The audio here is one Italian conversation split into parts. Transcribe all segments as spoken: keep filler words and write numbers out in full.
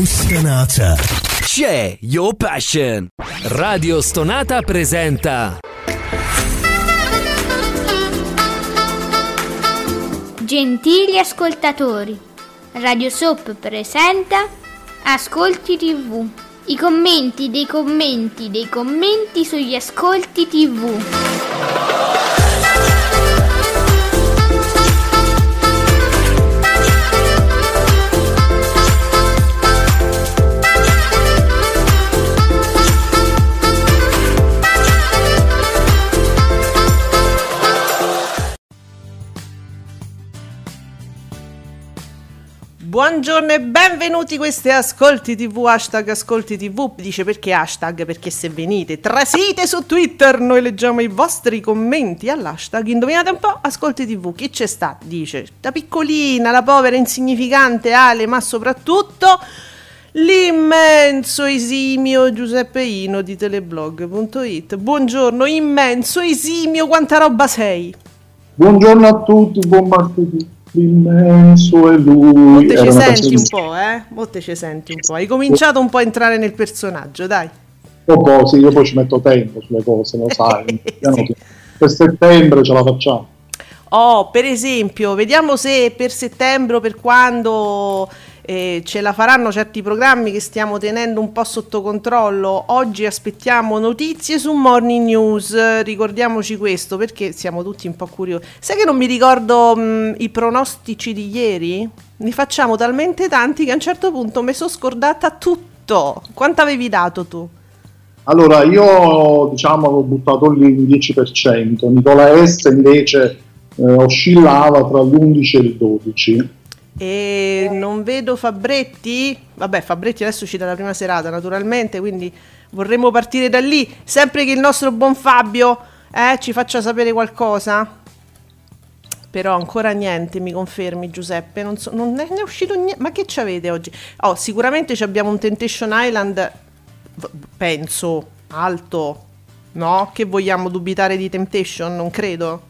Stonata. Share your passion. Radio Stonata presenta Gentili ascoltatori, Radio Soap presenta Ascolti tivù. I commenti dei commenti dei commenti sugli ascolti tivù. Buongiorno e benvenuti, questi Ascolti tivù, hashtag Ascolti tivù. Dice perché hashtag? Perché se venite trasite su Twitter noi leggiamo i vostri commenti all'hashtag. Indovinate un po', Ascolti tivù. Chi c'è sta? Dice la piccolina, la povera, insignificante Ale, ma soprattutto l'immenso esimio Giuseppe Ino di teleblog punto it. Buongiorno immenso esimio, quanta roba sei? Buongiorno a tutti, buon martedì. Immenso è lui. Molte ci senti un po', eh? Molte ci senti un po'. Hai cominciato un po' a entrare nel personaggio, dai. Un po', sì, io poi ci metto tempo sulle cose, lo sai. Sì. Per settembre ce la facciamo. Oh, per esempio, vediamo se per settembre o per quando eh, ce la faranno certi programmi che stiamo tenendo un po' sotto controllo. Oggi aspettiamo notizie su Morning News, ricordiamoci questo perché siamo tutti un po' curiosi. Sai che non mi ricordo mh, i pronostici di ieri? Ne facciamo talmente tanti che a un certo punto mi sono scordata tutto. Quanto avevi dato tu? Allora, io diciamo avevo buttato lì il dieci per cento, Nicola S invece eh, oscillava tra l'undici e il dodici. E non vedo Fabretti? Vabbè, Fabretti adesso ci dà la prima serata naturalmente, quindi vorremmo partire da lì, sempre che il nostro buon Fabio eh, ci faccia sapere qualcosa. Però ancora niente, mi confermi Giuseppe? Non, so, non è, ne è uscito niente. Ma che ci avete oggi? Oh, sicuramente abbiamo un Temptation Island, penso, alto, no? Che vogliamo dubitare di Temptation? Non credo.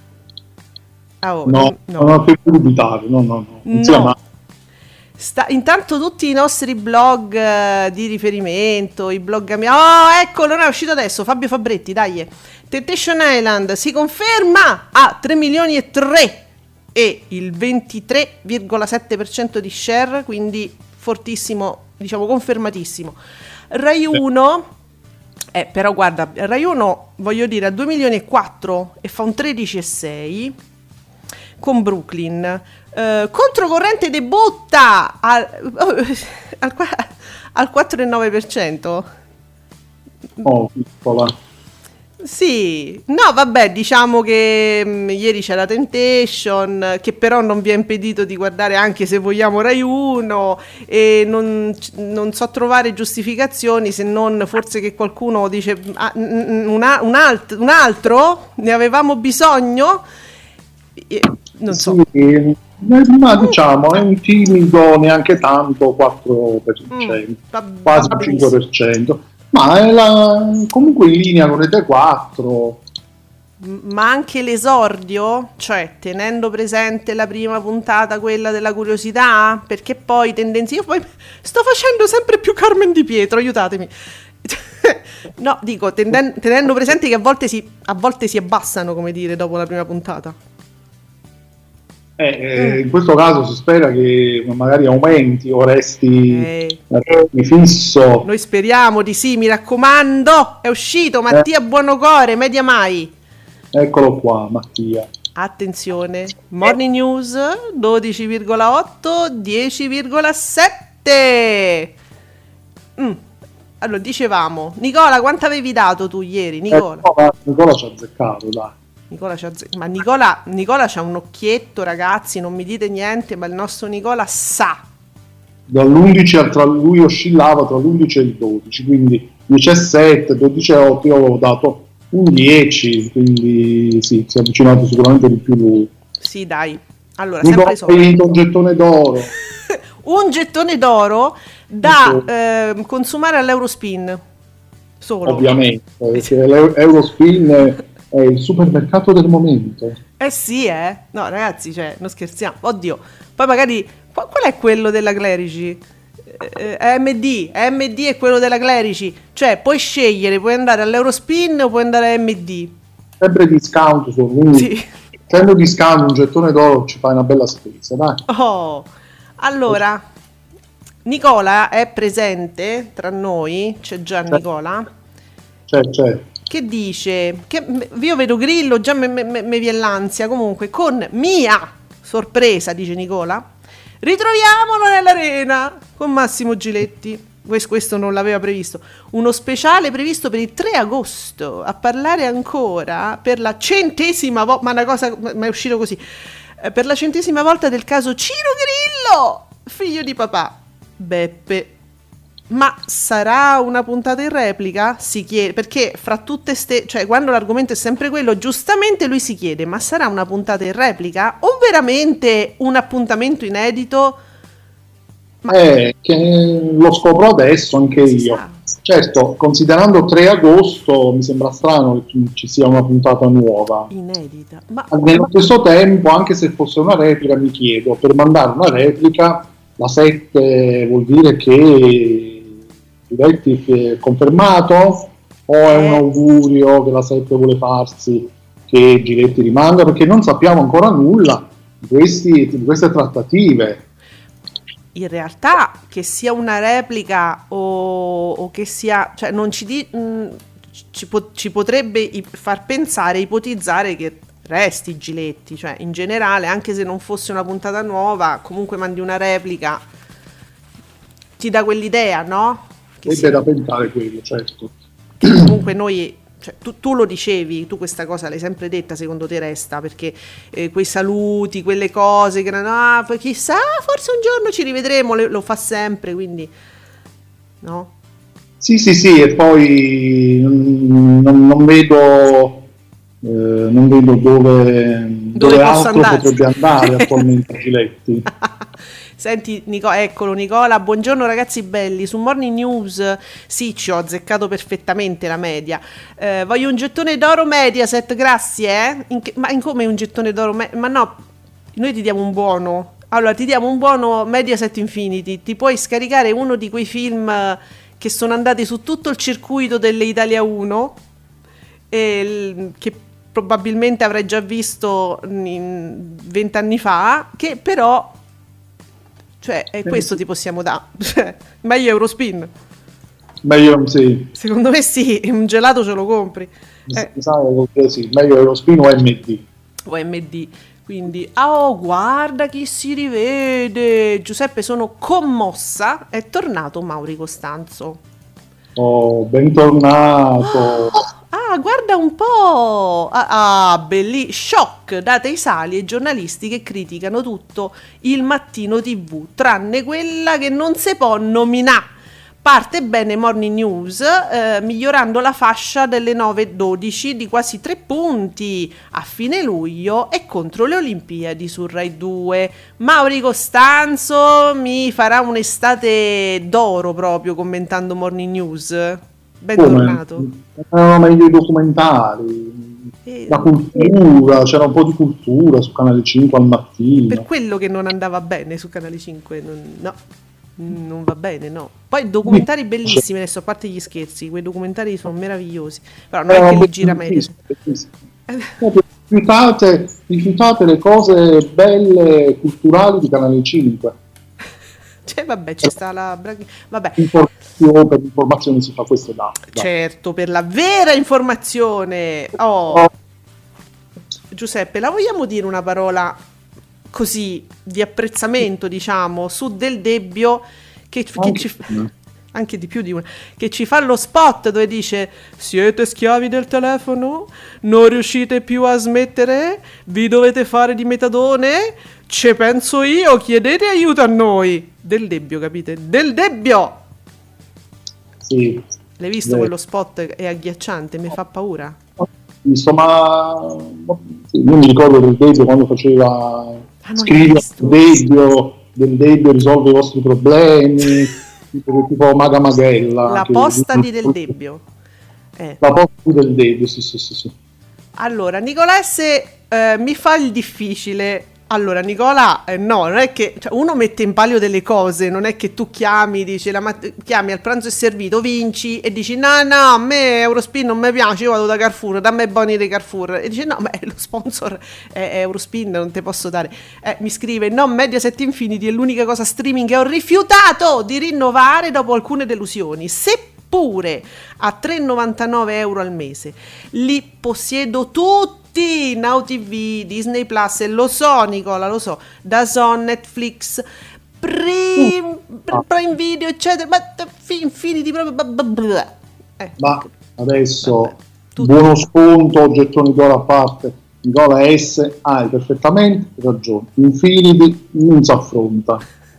Oh, no, no, non ho più dubitare, no, no, no. no. Sta, intanto tutti i nostri blog uh, di riferimento, i blog amici. Oh, eccolo, non è uscito adesso, Fabio Fabretti, dai. Temptation Island si conferma a tre milioni e tre e il ventitré virgola sette per cento di share, quindi fortissimo, diciamo confermatissimo. Rai uno, eh, però guarda, Rai uno voglio dire a due milioni e quattro e fa un tredici virgola sei con Brooklyn. Uh, controcorrente debutta al, al, al quattro virgola nove per cento. Oh, piccola. Sì, no vabbè, diciamo che mh, ieri c'è la Temptation, che però non vi ha impedito di guardare anche se vogliamo Rai uno, e non, non so trovare giustificazioni se non forse che qualcuno dice ah, una, un, alt, un altro, ne avevamo bisogno. Non so. Sì, ma diciamo è un timido, neanche tanto, quattro per cento, mm, quasi cinque per cento, ma è la, comunque in linea con Rete quattro. Ma anche l'esordio, cioè tenendo presente la prima puntata, quella della curiosità, perché poi tendenzi io poi sto facendo sempre più Carmen Di Pietro, aiutatemi. No, dico tenden- tenendo presente che a volte si a volte si abbassano, come dire, dopo la prima puntata. Eh, eh, in questo caso si spera che magari aumenti o resti eh. fisso. Noi speriamo di sì, mi raccomando. È uscito Mattia eh. Buonocore, Media Mai. Eccolo qua, Mattia. Attenzione, Morning News dodici virgola otto, dieci virgola sette. Mm. Allora, dicevamo, Nicola, quanto avevi dato tu ieri, Nicola? Eh, Nicola, Nicola ci ha azzeccato, dai. Nicola c'ha, ma Nicola, Nicola c'ha un occhietto, ragazzi, non mi dite niente, ma il nostro Nicola sa. Dall'undici al tra lui oscillava tra l'undici e il dodici, quindi diciassette, dodici e otto, io avevo dato un dieci, quindi sì, si è avvicinato sicuramente di più lui. Sì, dai. Allora, Nicola, sempre vinto un gettone d'oro. Un gettone d'oro da eh, consumare all'Eurospin. Solo. Ovviamente, perché l'Eurospin è il supermercato del momento. Eh sì, eh. No, ragazzi, cioè, non scherziamo. Oddio. Poi magari qual è quello della Clerici? eh, M D, M D è quello della Clerici, cioè puoi scegliere, puoi andare all'Eurospin o puoi andare a M D. Sempre discount, sono, quindi Sì. facendo discount un gettone d'oro ci fai una bella spesa, dai. Oh, allora, Nicola è presente tra noi, c'è già Nicola, C'è, c'è. che dice, che io vedo Grillo, già mi viene l'ansia, comunque, con mia sorpresa, dice Nicola, ritroviamolo nell'arena con Massimo Giletti. Questo, questo non l'aveva previsto. Uno speciale previsto per il tre agosto, a parlare ancora per la centesima volta, ma una cosa, ma è uscito così, eh, per la centesima volta del caso Ciro Grillo, figlio di papà Beppe. Ma sarà una puntata in replica? Si chiede, perché fra tutte ste, cioè quando l'argomento è sempre quello, giustamente lui si chiede, ma sarà una puntata in replica o veramente un appuntamento inedito? Ma Eh, che lo scopro adesso anche si io. sa. Certo, considerando tre agosto mi sembra strano che ci sia una puntata nuova. Inedita. Ma Nello stesso tempo, anche se fosse una replica, mi chiedo, per mandare una replica, la sette vuol dire che Giletti è confermato o è un Eh. augurio che la sette vuole farsi che Giletti rimanga? Perché non sappiamo ancora nulla di, questi, di queste trattative. in realtà che sia una replica o, o che sia, cioè non ci, di, mh, ci, po- ci potrebbe i- far pensare, ipotizzare che resti Giletti, cioè in generale, anche se non fosse una puntata nuova, comunque mandi una replica, ti dà quell'idea, no? Che, Ebbe sia- da pensare quello, certo. che comunque noi, cioè, tu, tu lo dicevi, tu questa cosa l'hai sempre detta, secondo te resta, perché eh, quei saluti, quelle cose che erano, ah, poi chissà, forse un giorno ci rivedremo, le- lo fa sempre, quindi, no? Sì, sì, sì, e poi mm, non, non vedo, eh, non vedo dove, dove, possa altro andare. potrebbe andare attualmente Giletti. Senti, Nico- eccolo Nicola, buongiorno ragazzi belli, su Morning News, sì, ci ho azzeccato perfettamente la media, eh, voglio un gettone d'oro Mediaset, grazie, eh? In che- ma in come un gettone d'oro? Me- ma no, noi ti diamo un buono, allora ti diamo un buono Mediaset Infinity, ti puoi scaricare uno di quei film eh, che sono andati su tutto il circuito delle Italia uno, e l- che probabilmente avrai già visto vent'anni fa, che però... Cioè, è questo ti possiamo dare. Cioè, meglio Eurospin. Meglio, sì, Secondo me sì, un gelato ce lo compri. Eh, mi sa che sì, meglio lo spino M D. o M D. Quindi, oh, guarda chi si rivede. Giuseppe, sono commossa. È tornato Mauri Costanzo. Oh, bentornato. Ah, guarda un po'. Ah, ah belli. Shock date ai sali ai giornalisti che criticano tutto il mattino tivù, tranne quella che non si può nominare. Parte bene Morning News, eh, migliorando la fascia delle nove e dodici di quasi tre punti a fine luglio e contro le Olimpiadi su Rai due. Mauri Costanzo mi farà un'estate d'oro proprio commentando Morning News. Bentornato. Erano meglio i documentari, Eh, la cultura, c'era un po' di cultura su Canale cinque al mattino. per quello che non andava bene su Canale cinque, non, no, non va bene, no. Poi documentari bellissimi, adesso a parte gli scherzi, quei documentari sono meravigliosi, però non è che li gira meglio. Proprio Rifiutate, rifiutate le cose belle culturali di Canale cinque. Cioè, vabbè, ci sta la braghi- vabbè, Informazione, per informazione si fa questo da. da. certo, per la vera informazione. Oh, Oh, Giuseppe, la vogliamo dire una parola così di apprezzamento, diciamo, su Del Debbio che, che Anche- ci anche di più di una, che ci fa lo spot dove dice: siete schiavi del telefono? Non riuscite più a smettere? Vi dovete fare di metadone? Ce penso io, chiedete aiuto a noi. Del Debbio, capite? Del Debbio! sì. L'hai visto Beh. quello spot? È agghiacciante, mi fa paura. Insomma, io mi ricordo del Debbio quando faceva Ah, non scrivi l'hai del visto? Debbio, del Debbio risolve i vostri problemi, tipo, tipo Maga Magella. La che- posta di Del Debbio. Eh. La posta di Del Debbio, sì, sì, sì, sì. Allora, Nicolesse eh, mi fa il difficile Allora Nicola, eh, no, non è che cioè, uno mette in palio delle cose, non è che tu chiami, dici la mat- chiami al pranzo è servito, vinci e dici no no, a me Eurospin non mi piace, io vado da Carrefour, dammi i boni di Carrefour, e dici no, beh, lo sponsor è, è Eurospin, non te posso dare. Eh, mi scrive no, Mediaset Infinity è l'unica cosa streaming che ho rifiutato di rinnovare dopo alcune delusioni, seppure a tre virgola novantanove euro al mese li possiedo tutti. Now T V, Disney Plus, e lo so Nicola, lo so, DAZN, Netflix, Prime, Prime Video, eccetera, ma Infinity proprio. Eh. Ma adesso, Vabbè, buono sconto, gettoni d'oro a parte, Nicola S, hai perfettamente ragione, Infinity non si affronta.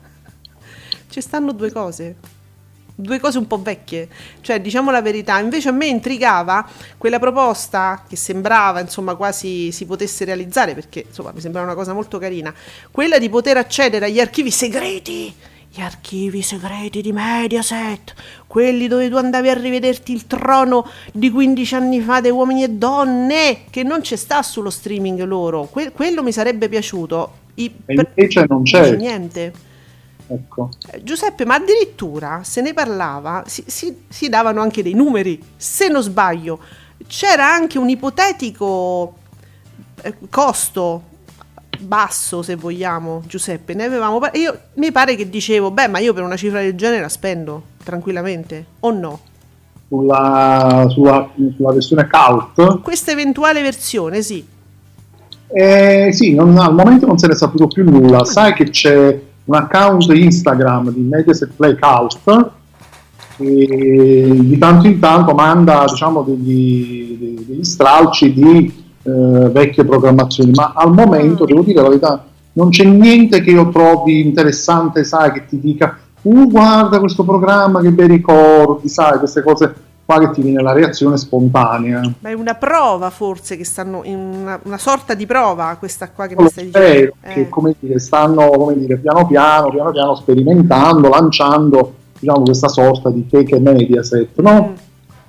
Ci stanno due cose. Due cose un po' vecchie, cioè diciamo la verità, invece a me intrigava quella proposta che sembrava insomma quasi si potesse realizzare, perché insomma mi sembrava una cosa molto carina, quella di poter accedere agli archivi segreti, gli archivi segreti di Mediaset, quelli dove tu andavi a rivederti il trono di quindici anni fa dei Uomini e Donne, che non c'è sta sullo streaming loro, que- quello mi sarebbe piaciuto. I- E invece non c'è. non c'è niente. Ecco. Eh, Giuseppe, ma addirittura se ne parlava, si, si, si davano anche dei numeri, se non sbaglio, c'era anche un ipotetico eh, costo basso, se vogliamo, Giuseppe, ne avevamo par- io mi pare che dicevo, beh, ma io per una cifra del genere la spendo tranquillamente, o no? Sulla, sulla, sulla versione cult, Questa eventuale versione, sì. eh, sì, non- al momento non se ne è saputo più nulla. Sai che c'è un account Instagram di Mediaset Play Cult che di tanto in tanto manda, diciamo, degli, degli, degli stralci di eh, vecchie programmazioni, ma al momento, devo dire la verità, non c'è niente che io trovi interessante, sai, che ti dica uh, guarda questo programma, che bei ricordi, sai, queste cose qua che ti viene la reazione spontanea. Ma è una prova forse che stanno in una, una sorta di prova questa qua che Lo mi stai dicendo. spero, Eh. che come dire, stanno come dire, piano piano, piano piano sperimentando, lanciando, diciamo, questa sorta di fake Mediaset, no? Mm.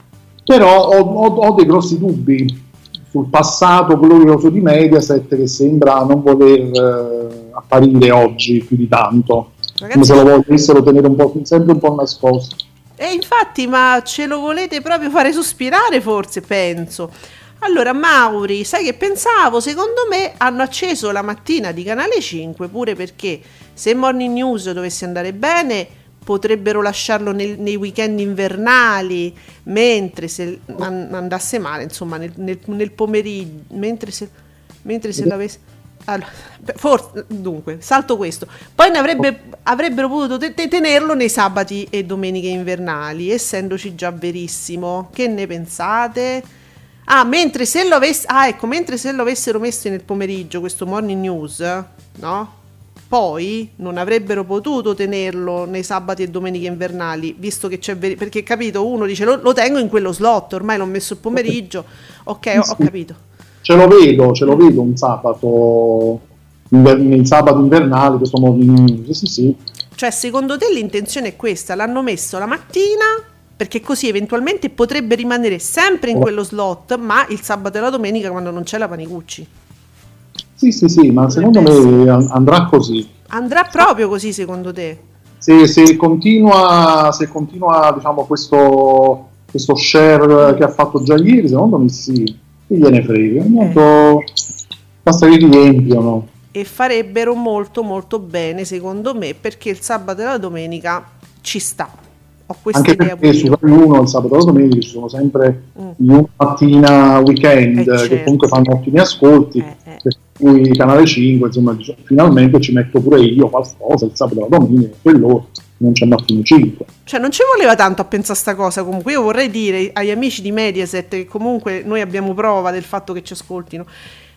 Però ho, ho- ho dei grossi dubbi sul passato glorioso di Mediaset, che sembra non voler eh, apparire oggi più di tanto, come Ragazzi, se lo volessero tenere un po', sempre un po' nascosto. e infatti, ma ce lo volete proprio fare sospirare forse, penso. Allora, Mauri, sai che pensavo? Secondo me hanno acceso la mattina di Canale cinque, pure perché se Morning News dovesse andare bene potrebbero lasciarlo nel- nei weekend invernali, mentre se an- andasse male, insomma, nel, nel- nel pomeriggio, mentre se, mentre se l'avesse... Allora, beh, forse, dunque, salto questo. Poi ne avrebbe, avrebbero potuto te- te- tenerlo nei sabati e domeniche invernali, essendoci già verissimo. Che ne pensate? Ah, mentre se lo avess- ah, ecco, mentre se lo avessero messo nel pomeriggio questo Morning News, no? Poi non avrebbero potuto tenerlo nei sabati e domeniche invernali, visto che c'è veri- perché capito, uno dice lo, lo tengo in quello slot, ormai l'ho messo il pomeriggio. Ok, ho, ho capito. Ce lo vedo, ce lo vedo un sabato, inver- nel sabato invernale, questo Morning News, sì sì. Cioè, secondo te l'intenzione è questa? L'hanno messo la mattina perché così eventualmente potrebbe rimanere sempre in quello slot, ma il sabato e la domenica quando non c'è la Panicucci. Sì, sì, sì, ma secondo me an- andrà così. Andrà proprio così secondo te? Se, se continua, se continua diciamo, questo, questo share che ha fatto già ieri, secondo me sì, chi gliene frega. Molto, basta che riempiono. E farebbero molto molto bene secondo me, perché il sabato e la domenica ci sta. Ho questa Anche idea perché su pure io. Rai uno il sabato e la domenica ci sono sempre Mm. gli una mattina weekend Eh, che certo. comunque fanno ottimi ascolti, Eh, eh. per cui Canale cinque, insomma, dice, finalmente ci metto pure io qualcosa il sabato e la domenica, quello non c'è mattino cinque. Cioè non ci voleva tanto a pensare a sta cosa. Comunque io vorrei dire agli amici di Mediaset che comunque noi abbiamo prova del fatto che ci ascoltino.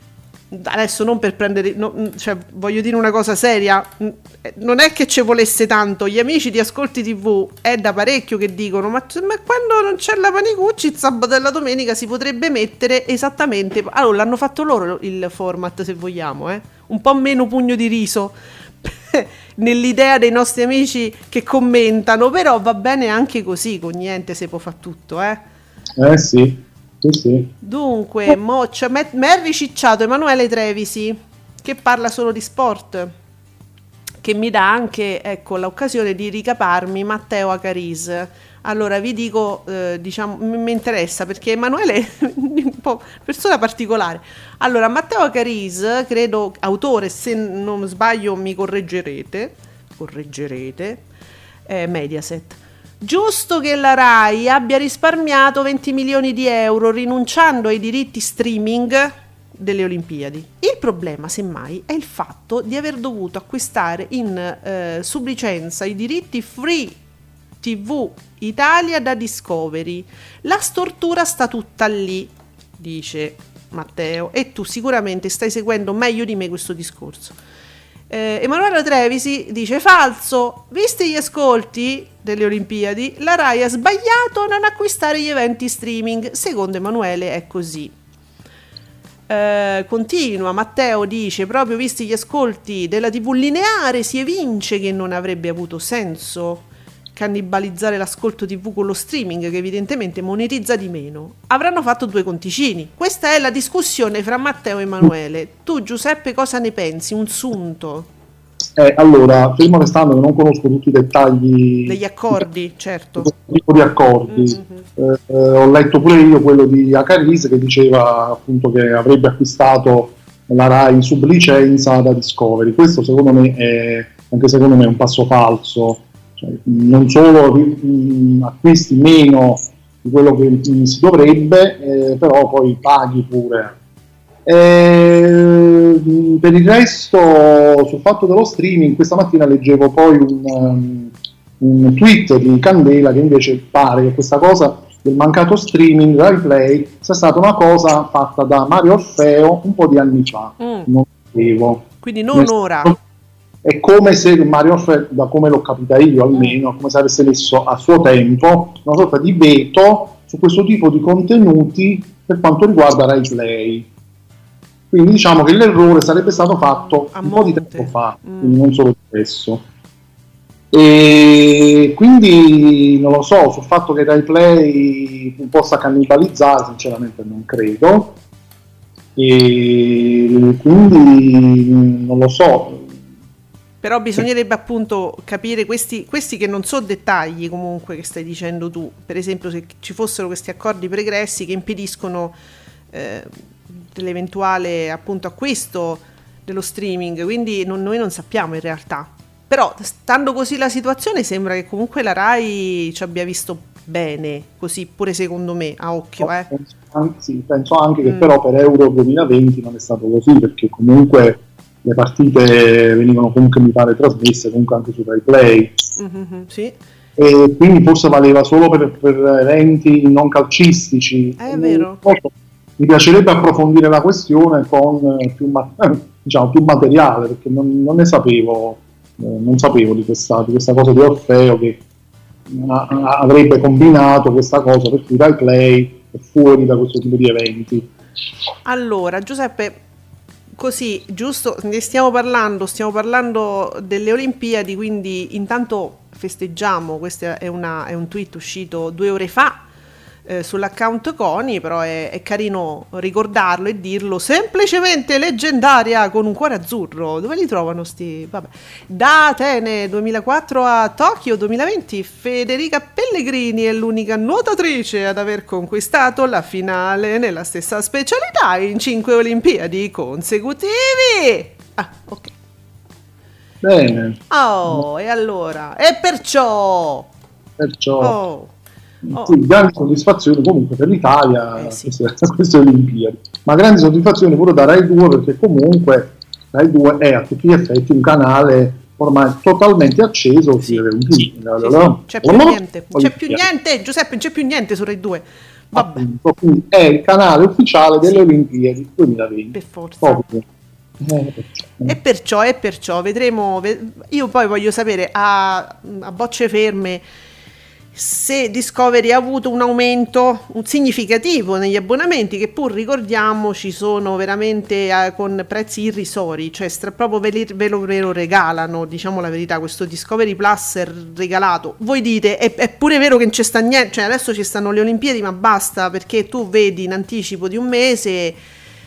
Adesso non per prendere, no, cioè voglio dire una cosa seria, non è che ci volesse tanto, gli amici di Ascolti tivù è da parecchio che dicono ma, ma quando non c'è la Panicucci il sabato e la domenica si potrebbe mettere esattamente, allora l'hanno fatto loro il format se vogliamo, eh? Un po' meno pugno di riso nell'idea dei nostri amici che commentano, però va bene anche così, con niente si può fare tutto, eh? Eh sì, sì, sì. Dunque, mo, cioè, mi è ricicciato Emanuele Trevisi che parla solo di sport, che mi dà anche, ecco, l'occasione di ricaparmi Matteo Acaris. Allora vi dico, eh, diciamo, mi interessa perché Emanuele è un po' persona particolare. Allora, Matteo Acaris, credo autore, se non sbaglio mi correggerete, correggerete, eh, Mediaset. Giusto che la Rai abbia risparmiato venti milioni di euro rinunciando ai diritti streaming delle Olimpiadi. Il problema, semmai, è il fatto di aver dovuto acquistare in eh, sublicenza i diritti free tivù Italia da Discovery. La stortura sta tutta lì, dice Matteo, e tu sicuramente stai seguendo meglio di me questo discorso. Eh, Emanuele Trevisi dice falso, visti gli ascolti delle Olimpiadi la Rai ha sbagliato a non acquistare gli eventi streaming. Secondo Emanuele è così. Eh, continua Matteo, dice proprio visti gli ascolti della tivù lineare si evince che non avrebbe avuto senso cannibalizzare l'ascolto tivù con lo streaming, che evidentemente monetizza di meno. Avranno fatto due conticini. Questa è la discussione fra Matteo e Emanuele. Tu, Giuseppe, cosa ne pensi? Un sunto? Eh, allora, fermo restando che non conosco tutti i dettagli degli accordi, certo, tipo di accordi, mm-hmm. eh, eh, ho letto pure io quello di Acaris che diceva appunto che avrebbe acquistato la Rai in sublicenza da Discovery. Questo secondo me è, anche secondo me è un passo falso. Cioè, non solo mh, acquisti meno di quello che mh, si dovrebbe, eh, però poi paghi pure. E, mh, per il resto, sul fatto dello streaming, questa mattina leggevo poi un, um, un tweet di Candela che invece pare che questa cosa del mancato streaming Rai Play sia stata una cosa fatta da Mario Orfeo un po' di anni fa. Mm. Non sapevo. Quindi non Nel ora. È come se Mario Orfeo, da come l'ho capita io almeno, come se avesse messo a suo tempo una sorta di veto su questo tipo di contenuti per quanto riguarda Rai Play. Quindi diciamo che l'errore sarebbe stato fatto a un monte. po' di tempo fa, mm. quindi non solo adesso. E quindi non lo so, sul fatto che Rai Play possa cannibalizzare, sinceramente non credo. E quindi non lo so. Però bisognerebbe appunto capire questi, questi che non so dettagli comunque che stai dicendo tu, per esempio se ci fossero questi accordi pregressi che impediscono eh, l'eventuale appunto acquisto dello streaming, quindi non, noi non sappiamo in realtà. Però stando così la situazione sembra che comunque la Rai ci abbia visto bene, così pure secondo me, a occhio. Eh. Penso, anche, sì, penso anche che mm. però per Euro duemilaventi non è stato così, perché comunque le partite venivano comunque, mi pare, trasmesse comunque anche su Rai Play. Mm-hmm, sì. E quindi forse valeva solo per, per eventi non calcistici. È vero. Mi piacerebbe approfondire la questione con più, ma- diciamo, più materiale, perché non, non ne sapevo, eh, non sapevo di questa, di questa cosa di Orfeo che a- a- avrebbe combinato questa cosa per cui Rai Play è fuori da questo tipo di eventi. Allora, Giuseppe, così, giusto, ne stiamo parlando, stiamo parlando delle Olimpiadi, quindi intanto festeggiamo, questo è, una, è un tweet uscito due ore fa eh, sull'account Coni, però è, è carino ricordarlo e dirlo, semplicemente leggendaria con un cuore azzurro. Dove li trovano sti? Vabbè. Da Atene duemilaquattro a Tokyo duemilaventi, Federica Pellegrini è l'unica nuotatrice ad aver conquistato la finale nella stessa specialità in cinque Olimpiadi consecutivi. Ah, ok. Bene. Oh, e allora? E perciò? Perciò... Oh. Oh. Sì, grandi soddisfazioni comunque per l'Italia, eh sì. queste, queste Olimpiadi, ma grandi soddisfazioni pure da Rai due, perché comunque Rai due è a tutti gli effetti un canale ormai totalmente acceso. Sì, sì, sì, allora, sì. C'è più niente, c'è più niente, Giuseppe, non c'è più niente su Rai due. Vabbè. Appunto, quindi è il canale ufficiale delle sì. Olimpiadi duemilaventi. Per forza. Eh, e perciò, e perciò vedremo. Io poi voglio sapere a, a bocce ferme se Discovery ha avuto un aumento un significativo negli abbonamenti, che pur ricordiamoci sono veramente eh, con prezzi irrisori, cioè stra- proprio ve, li, ve, lo, ve lo regalano, diciamo la verità, questo Discovery Plus è regalato. Voi dite è, è pure vero che non c'è sta niente, cioè adesso ci stanno le Olimpiadi ma basta, perché tu vedi in anticipo di un mese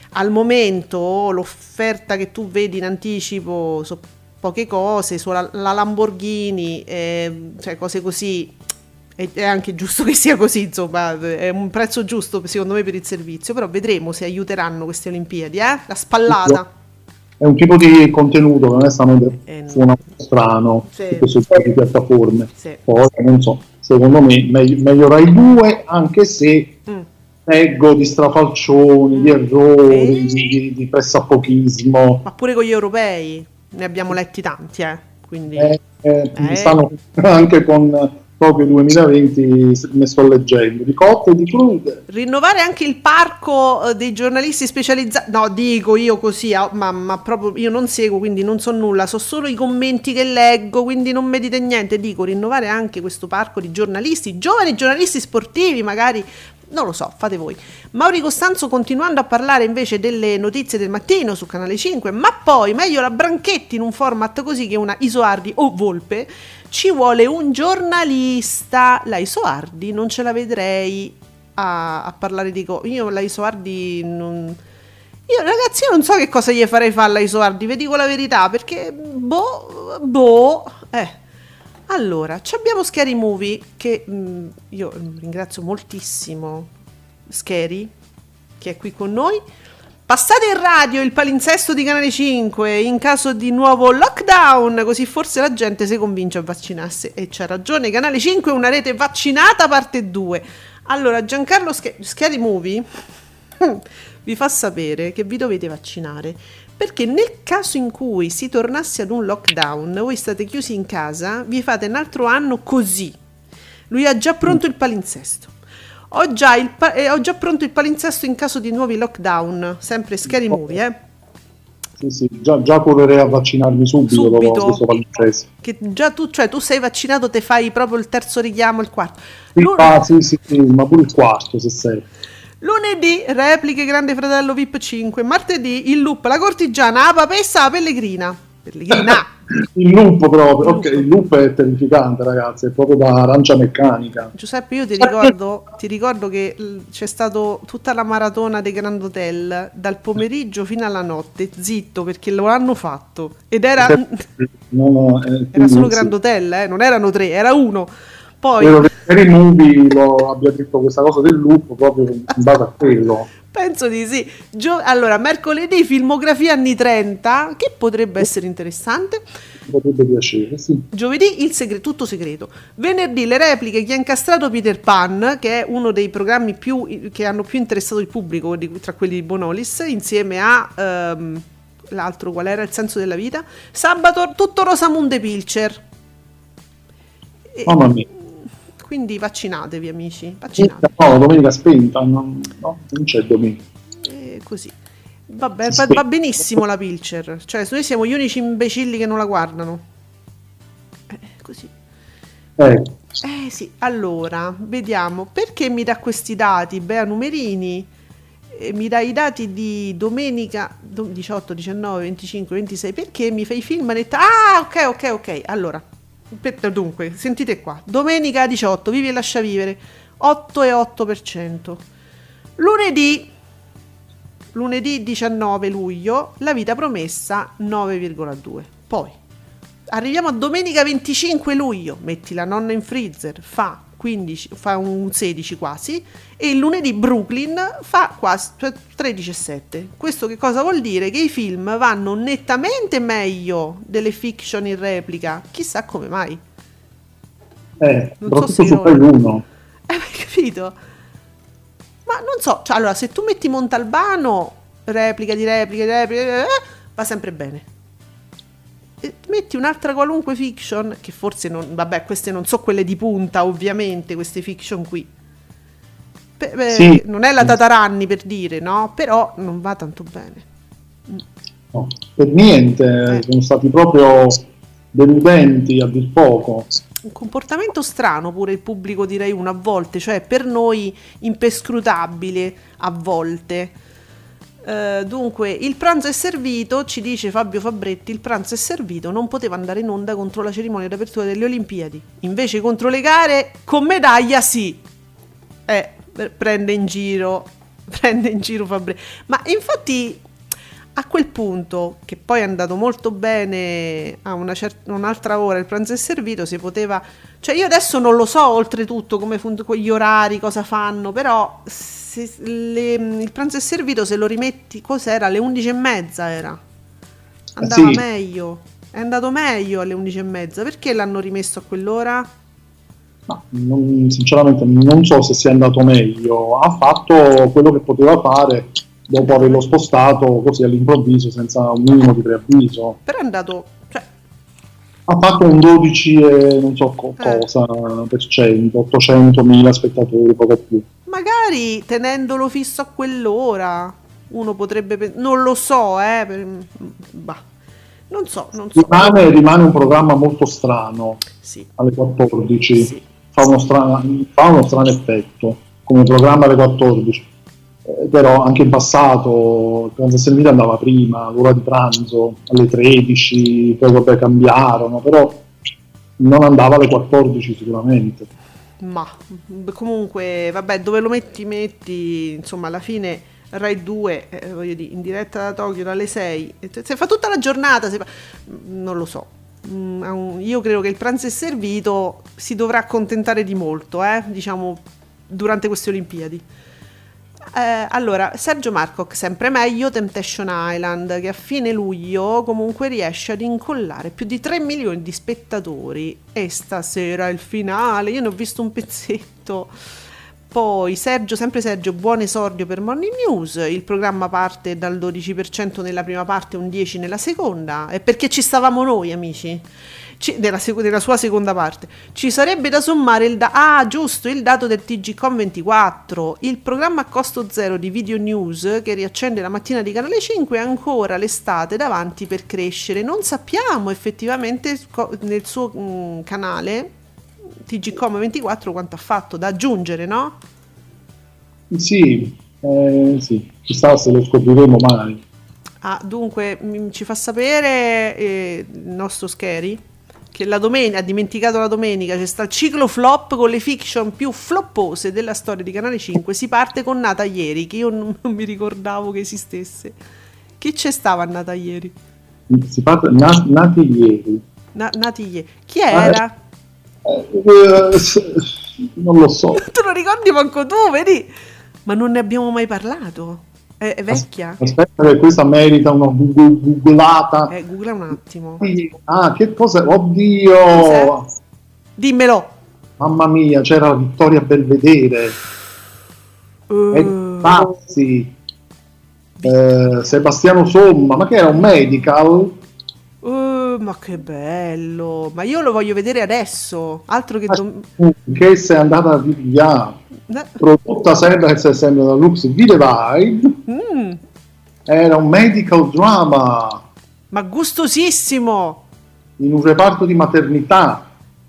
al momento l'offerta che tu vedi in anticipo so poche cose, sulla la Lamborghini, eh, cioè cose così, è, è anche giusto che sia così, insomma, è un prezzo giusto secondo me per il servizio, però vedremo se aiuteranno queste Olimpiadi, eh? La spallata. È un tipo di contenuto che onestamente eh, suona strano, sì. su questo tipo di piattaforme. Sì. Poi, non so, secondo me meglio, meglio Rai due, anche se mm. leggo di strafalcioni, mm. di errori, sì. di, di pressapochismo. Ma pure con gli europei ne abbiamo letti tanti, eh? Quindi eh, eh, eh. stanno anche con proprio duemilaventi, ne sto leggendo di cotte e di crude. Rinnovare anche il parco dei giornalisti specializzati, no, dico io così, ma, ma proprio io non seguo, quindi non so nulla, so solo i commenti che leggo, quindi non mi dite niente. Dico rinnovare anche questo parco di giornalisti, giovani giornalisti sportivi magari, non lo so, fate voi. Mauri Costanzo continuando a parlare invece delle notizie del mattino su Canale cinque, ma poi meglio la Branchetti in un format così che una Isoardi o Volpe. Ci vuole un giornalista. La Isoardi non ce la vedrei a, a parlare di cose. Io la Isoardi non... Io ragazzi io non so che cosa gli farei fare alla Isoardi, vi dico la verità, perché boh, boh, eh. Allora, ci abbiamo Scary Movie che mh, io ringrazio moltissimo Scary che è qui con noi. Passate in radio il palinsesto di Canale cinque in caso di nuovo lockdown, così forse la gente si convince a vaccinarsi. E c'ha ragione, Canale cinque è una rete vaccinata parte due. Allora, Giancarlo Sch- Scary Movie vi fa sapere che vi dovete vaccinare, perché nel caso in cui si tornasse ad un lockdown, voi state chiusi in casa, vi fate un altro anno così. Lui ha già pronto il palinsesto. Ho già, il pa- eh, ho già pronto il palinsesto in caso di nuovi lockdown, sempre Scary Movie, eh? Sì, sì, già, già correrei a vaccinarmi subito, subito dopo questo palinsesto. Che già tu, cioè tu sei vaccinato, te fai proprio il terzo richiamo, il quarto. Sì, Lun- ah, sì, sì, sì, ma pure il quarto, se sei. Lunedì, repliche Grande Fratello V I P cinque. Martedì, il loop, la cortigiana, la papessa, la pellegrina. Pellegrina. Il loop proprio, ok, il loop è terrificante ragazzi, è proprio da arancia meccanica. Giuseppe, io ti ricordo, ti ricordo che c'è stato tutta la maratona dei Grand Hotel dal pomeriggio fino alla notte, zitto, perché lo hanno fatto ed era, no, no, eh, era solo Grand Hotel, eh, non erano tre, era uno. Poi credo che per i movie lo abbia detto questa cosa del loop proprio in base a quello. Penso di sì. Gio- allora, mercoledì filmografia anni trenta, che potrebbe essere interessante. Potrebbe piacere, sì. Giovedì il segreto, tutto segreto. Venerdì le repliche Chi ha incastrato Peter Pan, che è uno dei programmi più che hanno più interessato il pubblico di, tra quelli di Bonolis, insieme a um, l'altro qual era, Il senso della vita. Sabato tutto Rosamunde Pilcher. E, Mamma mia. Quindi vaccinatevi amici, vaccinatevi. No, domenica spenta, non, no, non c'è domenica. E così. Vabbè, va, va benissimo la Pilcher, cioè noi siamo gli unici imbecilli che non la guardano. Eh, così. Eh. Eh sì, allora, vediamo, perché mi dà questi dati, Bea Numerini? Eh, mi dà i dati di domenica diciotto, diciannove, venticinque, ventisei, perché mi fai i film? Ah, ok, ok, ok, allora. Dunque, sentite qua, domenica diciotto, Vivi e lascia vivere, otto virgola otto per cento. Lunedì, lunedì diciannove luglio, La vita promessa, nove virgola due. Poi, arriviamo a domenica venticinque luglio, Metti la nonna in freezer, fa quindici, fa un sedici quasi, e il lunedì Brooklyn fa quasi tredici virgola sette. Questo che cosa vuol dire? Che i film vanno nettamente meglio delle fiction in replica, chissà come mai. Eh, non so se su Rai uno. Eh, hai capito? Ma non so, cioè, allora, se tu metti Montalbano, replica di replica di replica, eh, va sempre bene. E metti un'altra qualunque fiction, che forse non, vabbè, queste non so quelle di punta, ovviamente, queste fiction qui. Beh, beh, sì. Non è la Tataranni per dire, no? Però non va tanto bene. No, per niente, eh. Sono stati proprio deludenti a dir poco. Un comportamento strano pure il pubblico di Rai uno a volte, cioè per noi impescrutabile a volte. Uh, dunque, il pranzo è servito, ci dice Fabio Fabretti, il pranzo è servito, non poteva andare in onda contro la cerimonia di apertura delle Olimpiadi, invece contro le gare con medaglia sì. Eh, prende in giro prende in giro Fabretti. Ma infatti a quel punto, che poi è andato molto bene a una certa, un'altra ora il pranzo è servito, si poteva, cioè io adesso non lo so oltretutto come fun- quegli orari, cosa fanno, però se le, il pranzo è servito, se lo rimetti, cos'era? Alle undici e mezza era, andava sì. meglio, è andato meglio alle undici e mezza, perché l'hanno rimesso a quell'ora? Ma non, sinceramente non so se sia andato meglio, ha fatto quello che poteva fare dopo averlo spostato così all'improvviso senza un minimo di preavviso. Però è andato, cioè, ha fatto un dodici e non so co- Eh. cosa per cento, ottocentomila spettatori, poco più. magari tenendolo fisso a quell'ora uno potrebbe pe- non lo so, eh, per- bah, non so, non so. Rimane, rimane un programma molto strano Sì. alle quattordici, Sì. fa, uno strano, fa uno strano effetto come programma alle quattordici. Eh, però anche in passato il pranzo servito andava prima, l'ora di pranzo alle tredici, poi vabbè cambiarono, però non andava alle quattordici sicuramente. Ma b- comunque, vabbè, dove lo metti, metti, insomma, alla fine Rai due, eh, voglio dire, in diretta da Tokyo dalle sei, e se fa tutta la giornata, se fa- non lo so. Mm, ha un- io credo che il pranzo è servito si dovrà accontentare di molto, eh, diciamo, durante queste Olimpiadi. Eh, allora, Sergio Marcoc, sempre meglio, Temptation Island, che a fine luglio comunque riesce ad incollare più di tre milioni di spettatori, e stasera è il finale, io ne ho visto un pezzetto. Poi Sergio, sempre Sergio, buon esordio per Morning News, il programma parte dal dodici per cento nella prima parte e un dieci per cento nella seconda, e perché ci stavamo noi, amici? Ci, nella, sec- nella sua seconda parte ci sarebbe da sommare il da- ah giusto il dato del T G Com ventiquattro, il programma a costo zero di Video News che riaccende la mattina di Canale cinque, e ancora l'estate davanti per crescere. Non sappiamo effettivamente co- nel suo mh, canale T G Com ventiquattro quanto ha fatto, da aggiungere, no? Sì, eh, sì, chissà se lo scopriremo mai. Ah, dunque mh, ci fa sapere eh, il nostro Scary che la domenica, ha dimenticato la domenica, c'è sta il ciclo flop con le fiction più floppose della storia di Canale cinque. Si parte con Nata ieri, che io non, non mi ricordavo che esistesse. Chi c'è stava a Nata ieri? Si parla na- nati ieri. Na- Nati ieri. Chi era? Eh, s- non lo so. Tu lo ricordi manco tu, vedi? Ma non ne abbiamo mai parlato. È, è vecchia? Aspetta che questa merita una google- googolata. Eh, googla un attimo. Ah, che cosa? Oddio! Cos'è? Dimmelo. Mamma mia, c'era la Vittoria Belvedere. Uh, E pazzi. Eh, Sebastiano Somma, ma che era un medical? uh, ma che bello. Ma io lo voglio vedere adesso. Altro che... dom- Che sei andata a ripigliare. Na- Prodotta sempre, sempre da Lux Videvide. Mm, Era un medical drama ma gustosissimo. in un reparto di maternità.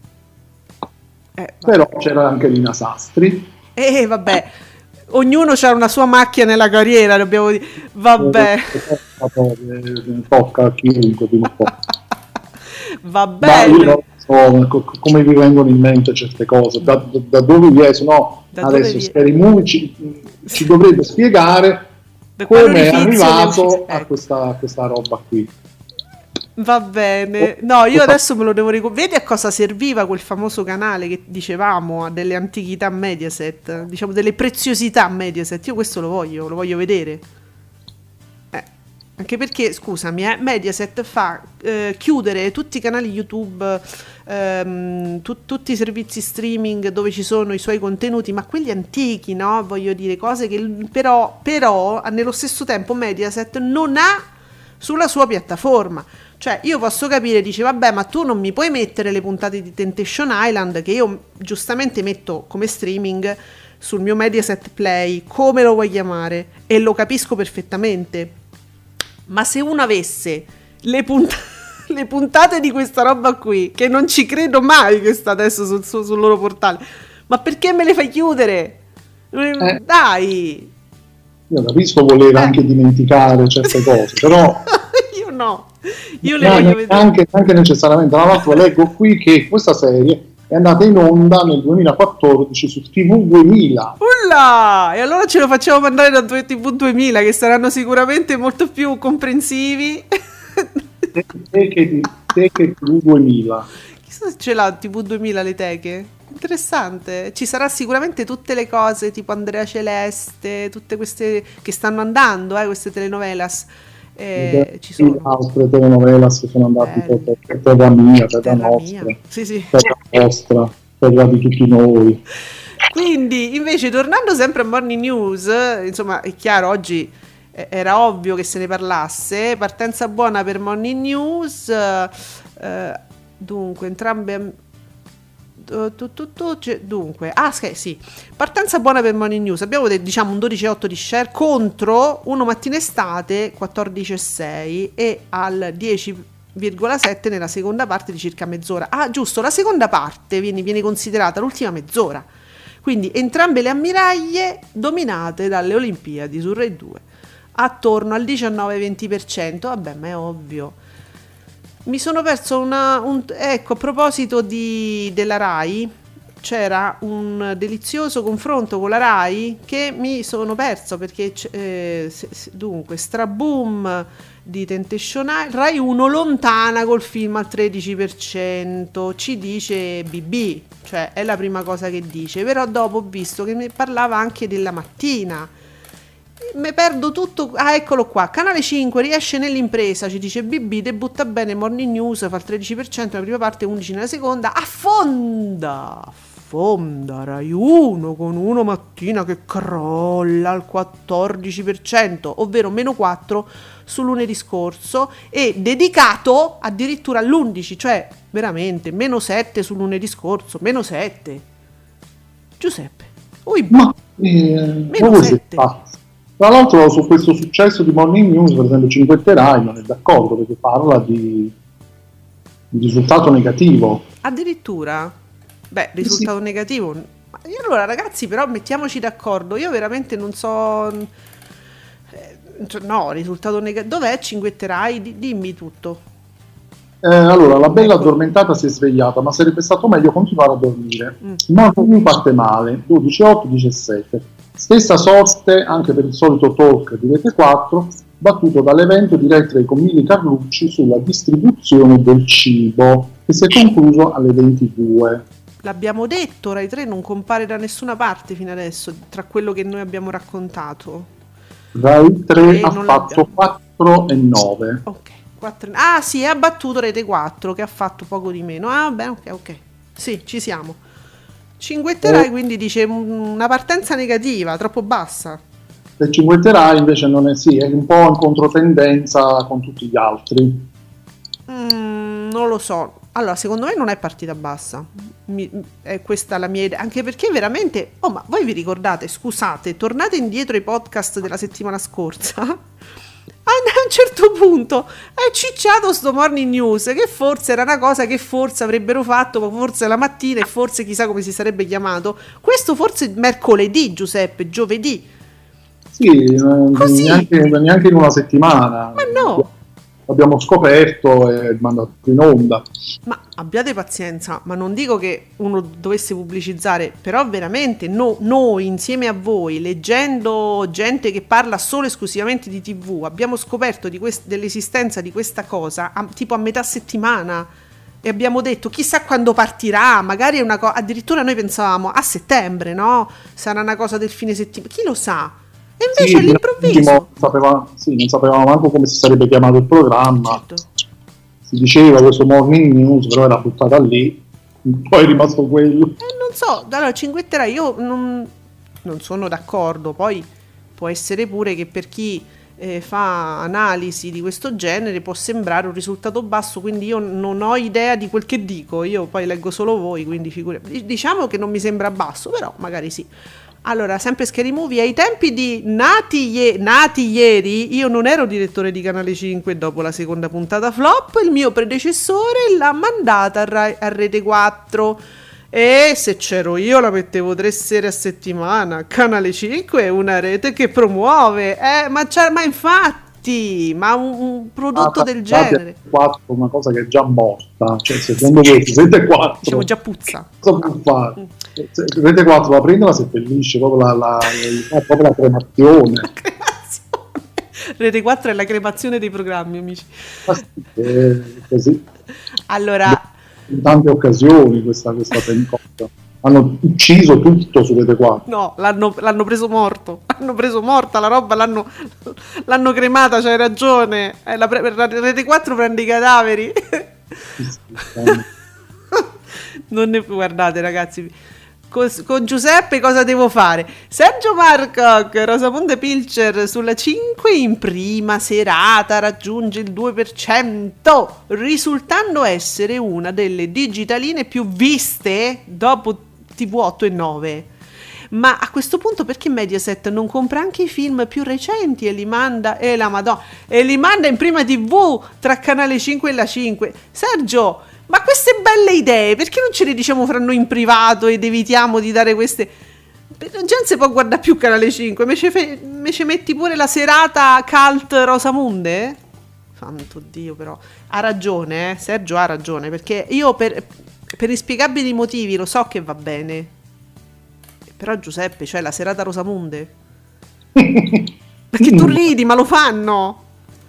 Eh, Però c'era anche Lina Sastri. eh, vabbè. Ognuno ha una sua macchia nella carriera, dobbiamo dire. Vabbè. Eh, Tocca a chiunque prima o poi. Va Ma io bene. non so co- come vi vengono in mente certe cose, da, da- da dove vi è, se no Da dove adesso vi- Scary Movie ci, ci dovrebbe spiegare Da quale come è orifizio ne è arrivato uscito- a ecco. questa, a questa roba qui. Va bene. No, io adesso me lo devo ricordare. Vedi a cosa serviva quel famoso canale che dicevamo, a delle antichità Mediaset, diciamo delle preziosità Mediaset. Io questo lo voglio, lo voglio vedere. Eh, anche perché, scusami, eh, Mediaset fa eh, chiudere tutti i canali YouTube, ehm, tu- tutti i servizi streaming dove ci sono i suoi contenuti, ma quelli antichi, no? Voglio dire, cose che però, però nello stesso tempo Mediaset non ha sulla sua piattaforma. Cioè io posso capire, dice vabbè, ma tu non mi puoi mettere le puntate di Temptation Island, che io giustamente metto come streaming sul mio Mediaset Play, come lo vuoi chiamare, e lo capisco perfettamente. Ma se uno avesse le, punt- le puntate di questa roba qui, che non ci credo mai che sta adesso sul, sul, sul loro portale, ma perché me le fai chiudere? Eh. Dai! Io capisco voler Eh. anche dimenticare certe cose, però Io no, io le no, voglio vedere. anche, anche necessariamente. Tra l'altro leggo qui che questa serie è andata in onda nel duemilaquattordici su T V duemila. Ulla! E allora ce lo facciamo mandare da T V duemila, che saranno sicuramente molto più comprensivi. Teche, teche T V duemila. Chissà se ce l'ha T V duemila le teche. Interessante. Ci sarà sicuramente tutte le cose tipo Andrea Celeste, tutte queste che stanno andando, eh, queste telenovelas. Eh, ci sono altre telenovelas che sono andate per, per Terra Mia, Terra, terra Nostra, mia. Sì, sì. Terra Nostra, Terra di tutti noi. Quindi invece tornando sempre a Morning News, insomma è chiaro, oggi eh, era ovvio che se ne parlasse. Partenza buona per Morning News, eh, dunque entrambe Tu, tu, tu, dunque, ah sì, partenza buona per Morning News. Abbiamo diciamo un dodici virgola otto di share contro uno mattina estate quattordici virgola sei e al dieci virgola sette nella seconda parte di circa mezz'ora. Ah, giusto, la seconda parte viene, viene considerata l'ultima mezz'ora. Quindi entrambe le ammiraglie dominate dalle Olimpiadi su Rai due attorno al diciannove venti per cento. Vabbè, ma è ovvio. Mi sono perso una... Un, ecco, a proposito di, della Rai, c'era un delizioso confronto con la Rai che mi sono perso perché, eh, se, se, dunque, Straboom di Temptation Island, Rai uno lontana col film al tredici per cento, ci dice B B, cioè è la prima cosa che dice, però dopo ho visto che mi parlava anche della mattina. Me perdo tutto. Ah, eccolo qua. Canale cinque riesce nell'impresa, ci dice B B, debutta bene Morning News, fa il tredici per cento nella prima parte, undici per cento nella seconda, affonda affonda Rai uno con uno mattina che crolla al quattordici per cento, ovvero meno quattro su lunedì scorso, e dedicato addirittura all'undici, cioè veramente meno sette su lunedì scorso, meno sette. Giuseppe, ui, ma eh, meno sette. Tra l'altro su questo successo di Morning News, per esempio Cinquette Rai non è d'accordo perché parla di, di risultato negativo. Addirittura? Beh, risultato sì. negativo. Ma allora ragazzi, però mettiamoci d'accordo, io veramente non so... Eh, no, risultato negativo. Dov'è Cinquette Rai? Dimmi tutto. Eh, allora, la bella addormentata si è svegliata, ma sarebbe stato meglio continuare a dormire. Mm. Ma non parte male, dodici virgola otto diciassette. Stessa sorte anche per il solito talk di Rete quattro, battuto dall'evento diretto dai Conmini Carlucci sulla distribuzione del cibo, che si è concluso alle ventidue. L'abbiamo detto, Rai tre non compare da nessuna parte fino adesso, tra quello che noi abbiamo raccontato. Rai tre e ha fatto quattro e nove. Ok, quattro. Ah sì, ha battuto Rete quattro, che ha fatto poco di meno. Ah beh, ok, ok. Sì, ci siamo. Cinquette Rai quindi dice una partenza negativa, troppo bassa. E Cinquette Rai invece non è, sì, è un po' in controtendenza con tutti gli altri. Mm, non lo so. Allora, secondo me non è partita bassa. Mi, è questa la mia idea. Anche perché veramente... Oh, ma voi vi ricordate, scusate, tornate indietro ai podcast della settimana scorsa... A un certo punto è cicciato sto Morning News, che forse era una cosa che forse avrebbero fatto, ma forse la mattina, e forse chissà come si sarebbe chiamato. Questo forse mercoledì, Giuseppe, giovedì. Sì, Così. Neanche, neanche in una settimana. Ma no. Abbiamo scoperto e mandato in onda. Ma abbiate pazienza, ma non dico che uno dovesse pubblicizzare, però veramente no, noi insieme a voi, leggendo gente che parla solo esclusivamente di tivù, abbiamo scoperto di quest- dell'esistenza di questa cosa a, tipo a metà settimana, e abbiamo detto chissà quando partirà, magari è una cosa, addirittura noi pensavamo a settembre, no? Sarà una cosa del fine settimana, chi lo sa? E invece sì, all'improvviso non sapevamo, sì, non sapevamo manco come si sarebbe chiamato il programma. Certo. Si diceva questo Morning News, però era buttata lì, poi è rimasto quello. Eh, non so, allora Cinquette Rai io non, non sono d'accordo, poi può essere pure che per chi eh, fa analisi di questo genere può sembrare un risultato basso, quindi io non ho idea di quel che dico, io poi leggo solo voi, quindi figurati. Diciamo che non mi sembra basso, però magari sì. Allora, sempre Scary Movie, ai tempi di nati, ie- nati ieri, io non ero direttore di Canale cinque, dopo la seconda puntata flop, il mio predecessore l'ha mandata a, Rai- a Rete quattro, e se c'ero io la mettevo tre sere a settimana. Canale cinque è una rete che promuove, eh, ma, c'è, ma infatti, tutti, ma un, un prodotto Ah, del genere. quattro, una cosa che è già morta, cioè secondo voi su Rete quattro Diciamo già puzza. cosa può fare? Se- Rete quattro la prende, la seppellisce, proprio la, la, la, proprio la cremazione. Rete quattro è la cremazione dei programmi, amici. Ma sì, è così. Allora, In tante occasioni questa, questa cosa. Hanno ucciso tutto su Rete quattro. no, l'hanno, l'hanno preso morto. L'hanno preso morta la roba, l'hanno, l'hanno cremata, c'hai ragione. Eh, la, pre- la Rete quattro prende i cadaveri. Non ne guardate, ragazzi. Cos- con Giuseppe cosa devo fare? Sergio Marcoc, Rosamonde Pilcher sulla cinque in prima serata raggiunge il due per cento, risultando essere una delle digitaline più viste dopo T V otto e nove. Ma a questo punto perché Mediaset non compra anche i film più recenti e li manda e la Madonna e li manda in prima T V tra Canale cinque e la cinque? Sergio, ma queste belle idee perché non ce le diciamo fra noi in privato ed evitiamo di dare queste? La gente può guardare più Canale cinque, me ce, fe... me ce metti pure la serata cult Rosamunde? Santo Dio, però ha ragione, eh? Sergio ha ragione, perché io per, per inspiegabili motivi lo so che va bene, però Giuseppe, cioè la serata Rosamunde, perché tu ridi, ma lo fanno.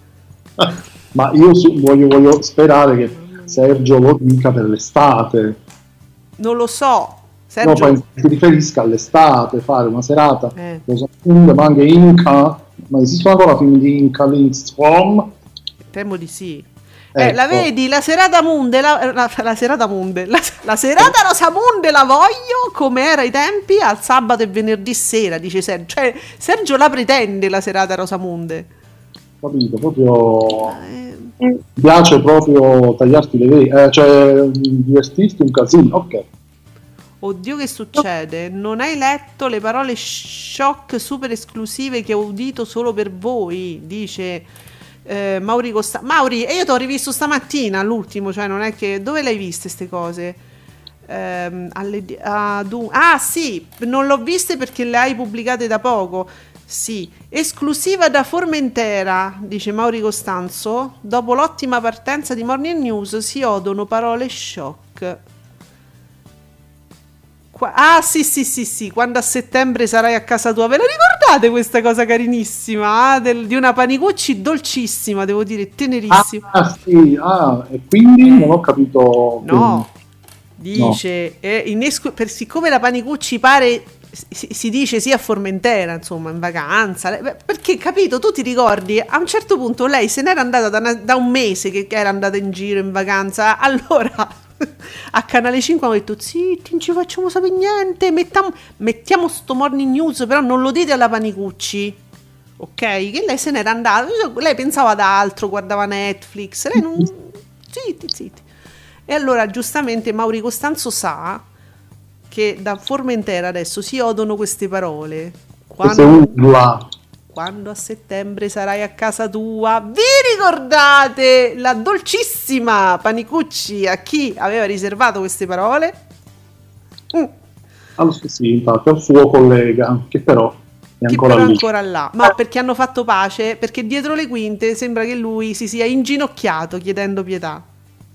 Ma io su- voglio, voglio sperare che Sergio lo dica per l'estate. Non lo so, No, Sergio. poi si riferisca all'estate, fare una serata, Eh. Rosamunde, ma anche Inca. Ma esistono ancora film di Inca Lindstrom? Temo di sì. Eh, la Ecco. vedi, la serata Munde, la, la, la serata Munde, la, la serata Rosamunde la voglio come era ai tempi al sabato e venerdì sera, dice Sergio. Cioè, Sergio la pretende la serata Rosamunde. Capito, proprio Eh, mi piace proprio tagliarti le vene, eh, cioè mh, divertirti un casino, ok. oddio che succede? Non hai letto le parole shock super esclusive che ho udito solo per voi, dice eh, Mauri Costa. Mauri, e io ti ho rivisto stamattina l'ultimo, cioè non è che... Dove le hai viste ste cose? Ehm, alle di- ad un- ah sì, non l'ho viste perché le hai pubblicate da poco. Sì, esclusiva da Formentera, dice Mauri Costanzo. Dopo l'ottima partenza di Morning News si odono parole shock. Qua- ah sì sì sì sì, quando a settembre sarai a casa tua, ve la ricordate questa cosa carinissima? ah, del- di una Panicucci dolcissima, devo dire, tenerissima. Ah sì, ah, e quindi non ho capito. No, dice, eh, in escu- per, siccome la Panicucci pare si, si dice sia a Formentera, insomma, in vacanza, le- beh, perché capito, tu ti ricordi, a un certo punto lei se n'era andata da, una- da un mese che, che era andata in giro in vacanza, allora a Canale cinque hanno detto zitti, non ci facciamo sapere niente, mettiamo, mettiamo sto Morning News, però non lo dite alla Panicucci. Ok, che lei se n'era andata, lei pensava ad altro, guardava Netflix, lei non... zitti, zitti. E allora giustamente Mauri Costanzo sa che da Formentera adesso si odono queste parole. Queste Quando, urla. quando a settembre sarai a casa tua, vi ricordate la dolcissima Panicucci a chi aveva riservato queste parole? Mm. Allora, sì, infatti, al suo collega, che però è Che ancora però è lì. ancora là, ma perché hanno fatto pace? Perché dietro le quinte sembra che lui si sia inginocchiato chiedendo pietà.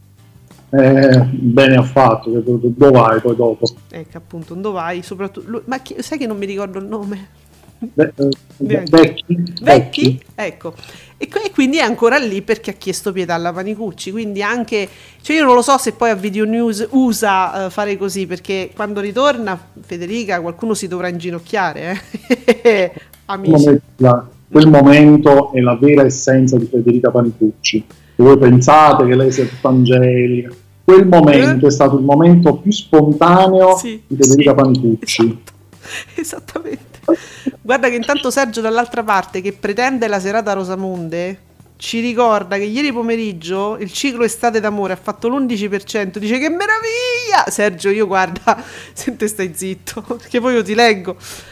Eh, bene ha fatto, che dove dove vai poi dopo? Ecco appunto, dove vai? Soprattutto lui- ma chi- sai che non mi ricordo il nome? Be- eh, Neanche. vecchi, Vecchi? Ecco. E, que- e quindi è ancora lì perché ha chiesto pietà alla Panicucci. Quindi anche, cioè io non lo so se poi a Video News usa eh, fare così, perché quando ritorna Federica qualcuno si dovrà inginocchiare, eh? Quel Amici. momento- la- quel momento è la vera essenza di Federica Panicucci. Se voi pensate che lei sia tutta angelica, quel momento Eh? è stato il momento più spontaneo Sì, di Federica sì, Panicucci. esatto, esattamente. Guarda che intanto Sergio dall'altra parte, che pretende la serata Rosamunde, ci ricorda che ieri pomeriggio il ciclo Estate d'amore ha fatto l'undici per cento. Dice che meraviglia! Sergio, io guarda, se te stai zitto, perché poi io ti leggo.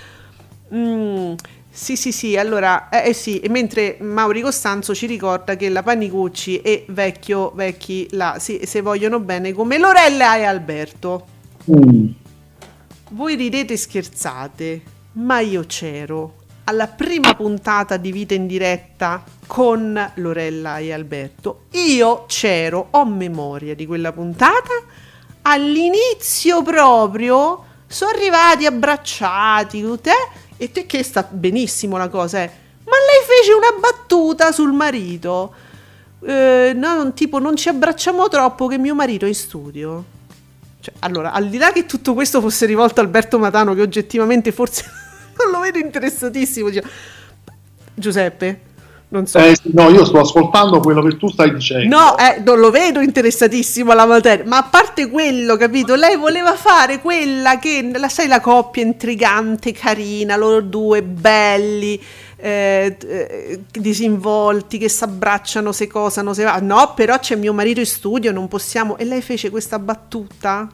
Mm, sì, sì, sì, allora, eh, eh sì, e mentre Mauri Costanzo ci ricorda che la Panicucci e Vecchio, Vecchi, là, sì, se vogliono bene come Lorella e Alberto. Mm. Voi ridete e scherzate, ma io c'ero. alla prima puntata di Vita in Diretta con Lorella e Alberto. Io c'ero, ho memoria di quella puntata, all'inizio proprio sono arrivati abbracciati, tutte, eh? E te che sta benissimo la cosa, eh? Ma lei fece una battuta sul marito, eh, no, tipo non ci abbracciamo troppo che mio marito è in studio. Cioè, allora, al di là che tutto questo fosse rivolto a Alberto Matano, che oggettivamente forse non lo vedo interessatissimo, cioè, Giuseppe, non so. Eh, no, io sto ascoltando quello che tu stai dicendo. No, eh, non lo vedo interessatissimo alla materia, ma a parte quello, capito? Lei voleva fare quella che, la sai, la coppia intrigante, carina, loro due belli, eh, eh, disinvolti, che si abbracciano, se cosano, se va. No, però c'è mio marito in studio, non possiamo. E lei fece questa battuta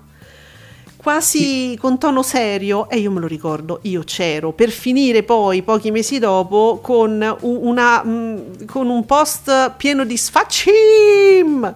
quasi con tono serio, e io me lo ricordo, io c'ero, per finire poi pochi mesi dopo con una mh, con un post pieno di sfaccim.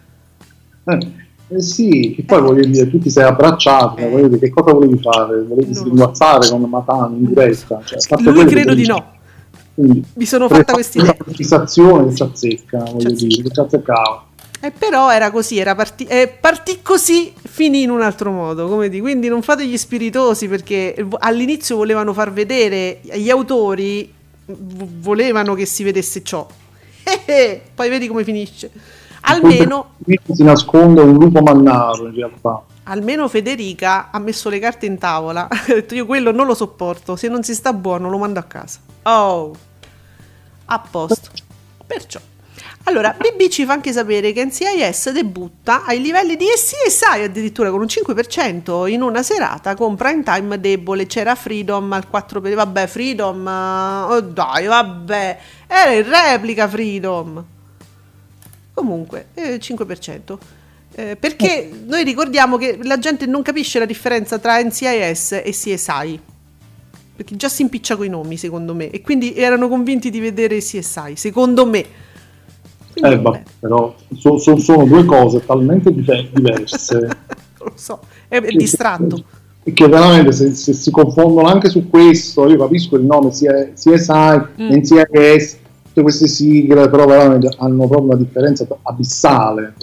Eh, eh sì, che poi eh. voglio dire, tu ti sei abbracciato, eh. voglio dire, che cosa volevi fare? Volevi sringuazzare con Matano in diretta? Cioè, lui credo di no. Quindi, mi sono fatta questa idea. Una fissazione che ci azzecca, voglio dire, che ci azzeccava. E però era così, era partì, eh, partì così, finì in un altro modo, come di, quindi non fate gli spiritosi, perché all'inizio volevano far vedere, gli autori volevano che si vedesse ciò, poi vedi come finisce. Almeno si nasconde un lupo mannaro in realtà. Almeno Federica ha messo le carte in tavola, ha detto io quello non lo sopporto, se non si sta buono lo mando a casa. Oh, a posto. Perciò allora, B B ci fa anche sapere che N C I S debutta ai livelli di S S I addirittura con un cinque per cento in una serata con prime time debole. C'era Freedom al quattro per cento. Vabbè, Freedom, oh dai, vabbè, era in replica Freedom. Comunque, eh, cinque per cento. Eh, perché noi ricordiamo che la gente non capisce la differenza tra N C I S e C S I. Perché già si impiccia coi nomi, secondo me. E quindi erano convinti di vedere C S I, secondo me. Eh, beh, però so, so, sono due cose talmente diverse. Lo so, è, è distratto. E che veramente se, se si confondono anche su questo, io capisco il nome C S I, mm. N C I S, tutte queste sigle, però veramente hanno proprio una differenza abissale.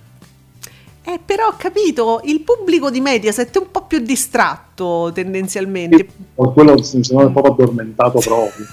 Eh, però ho capito, il pubblico di Mediaset è un po' più distratto tendenzialmente. O quello se no è proprio addormentato proprio.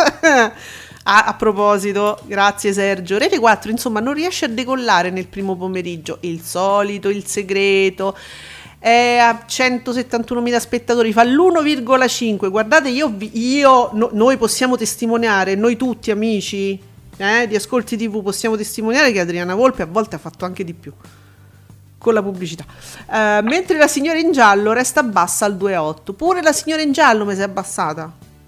Ah, a proposito, grazie Sergio, Rete quattro insomma non riesce a decollare nel primo pomeriggio, il solito, il segreto, è a centosettantunomila spettatori, fa l'uno virgola cinque. Guardate, io, io no, noi possiamo testimoniare, noi tutti amici eh, di Ascolti tivù possiamo testimoniare che Adriana Volpe a volte ha fatto anche di più con la pubblicità, uh, mentre la signora in giallo resta bassa al due virgola otto. Pure la signora in giallo mi si è abbassata.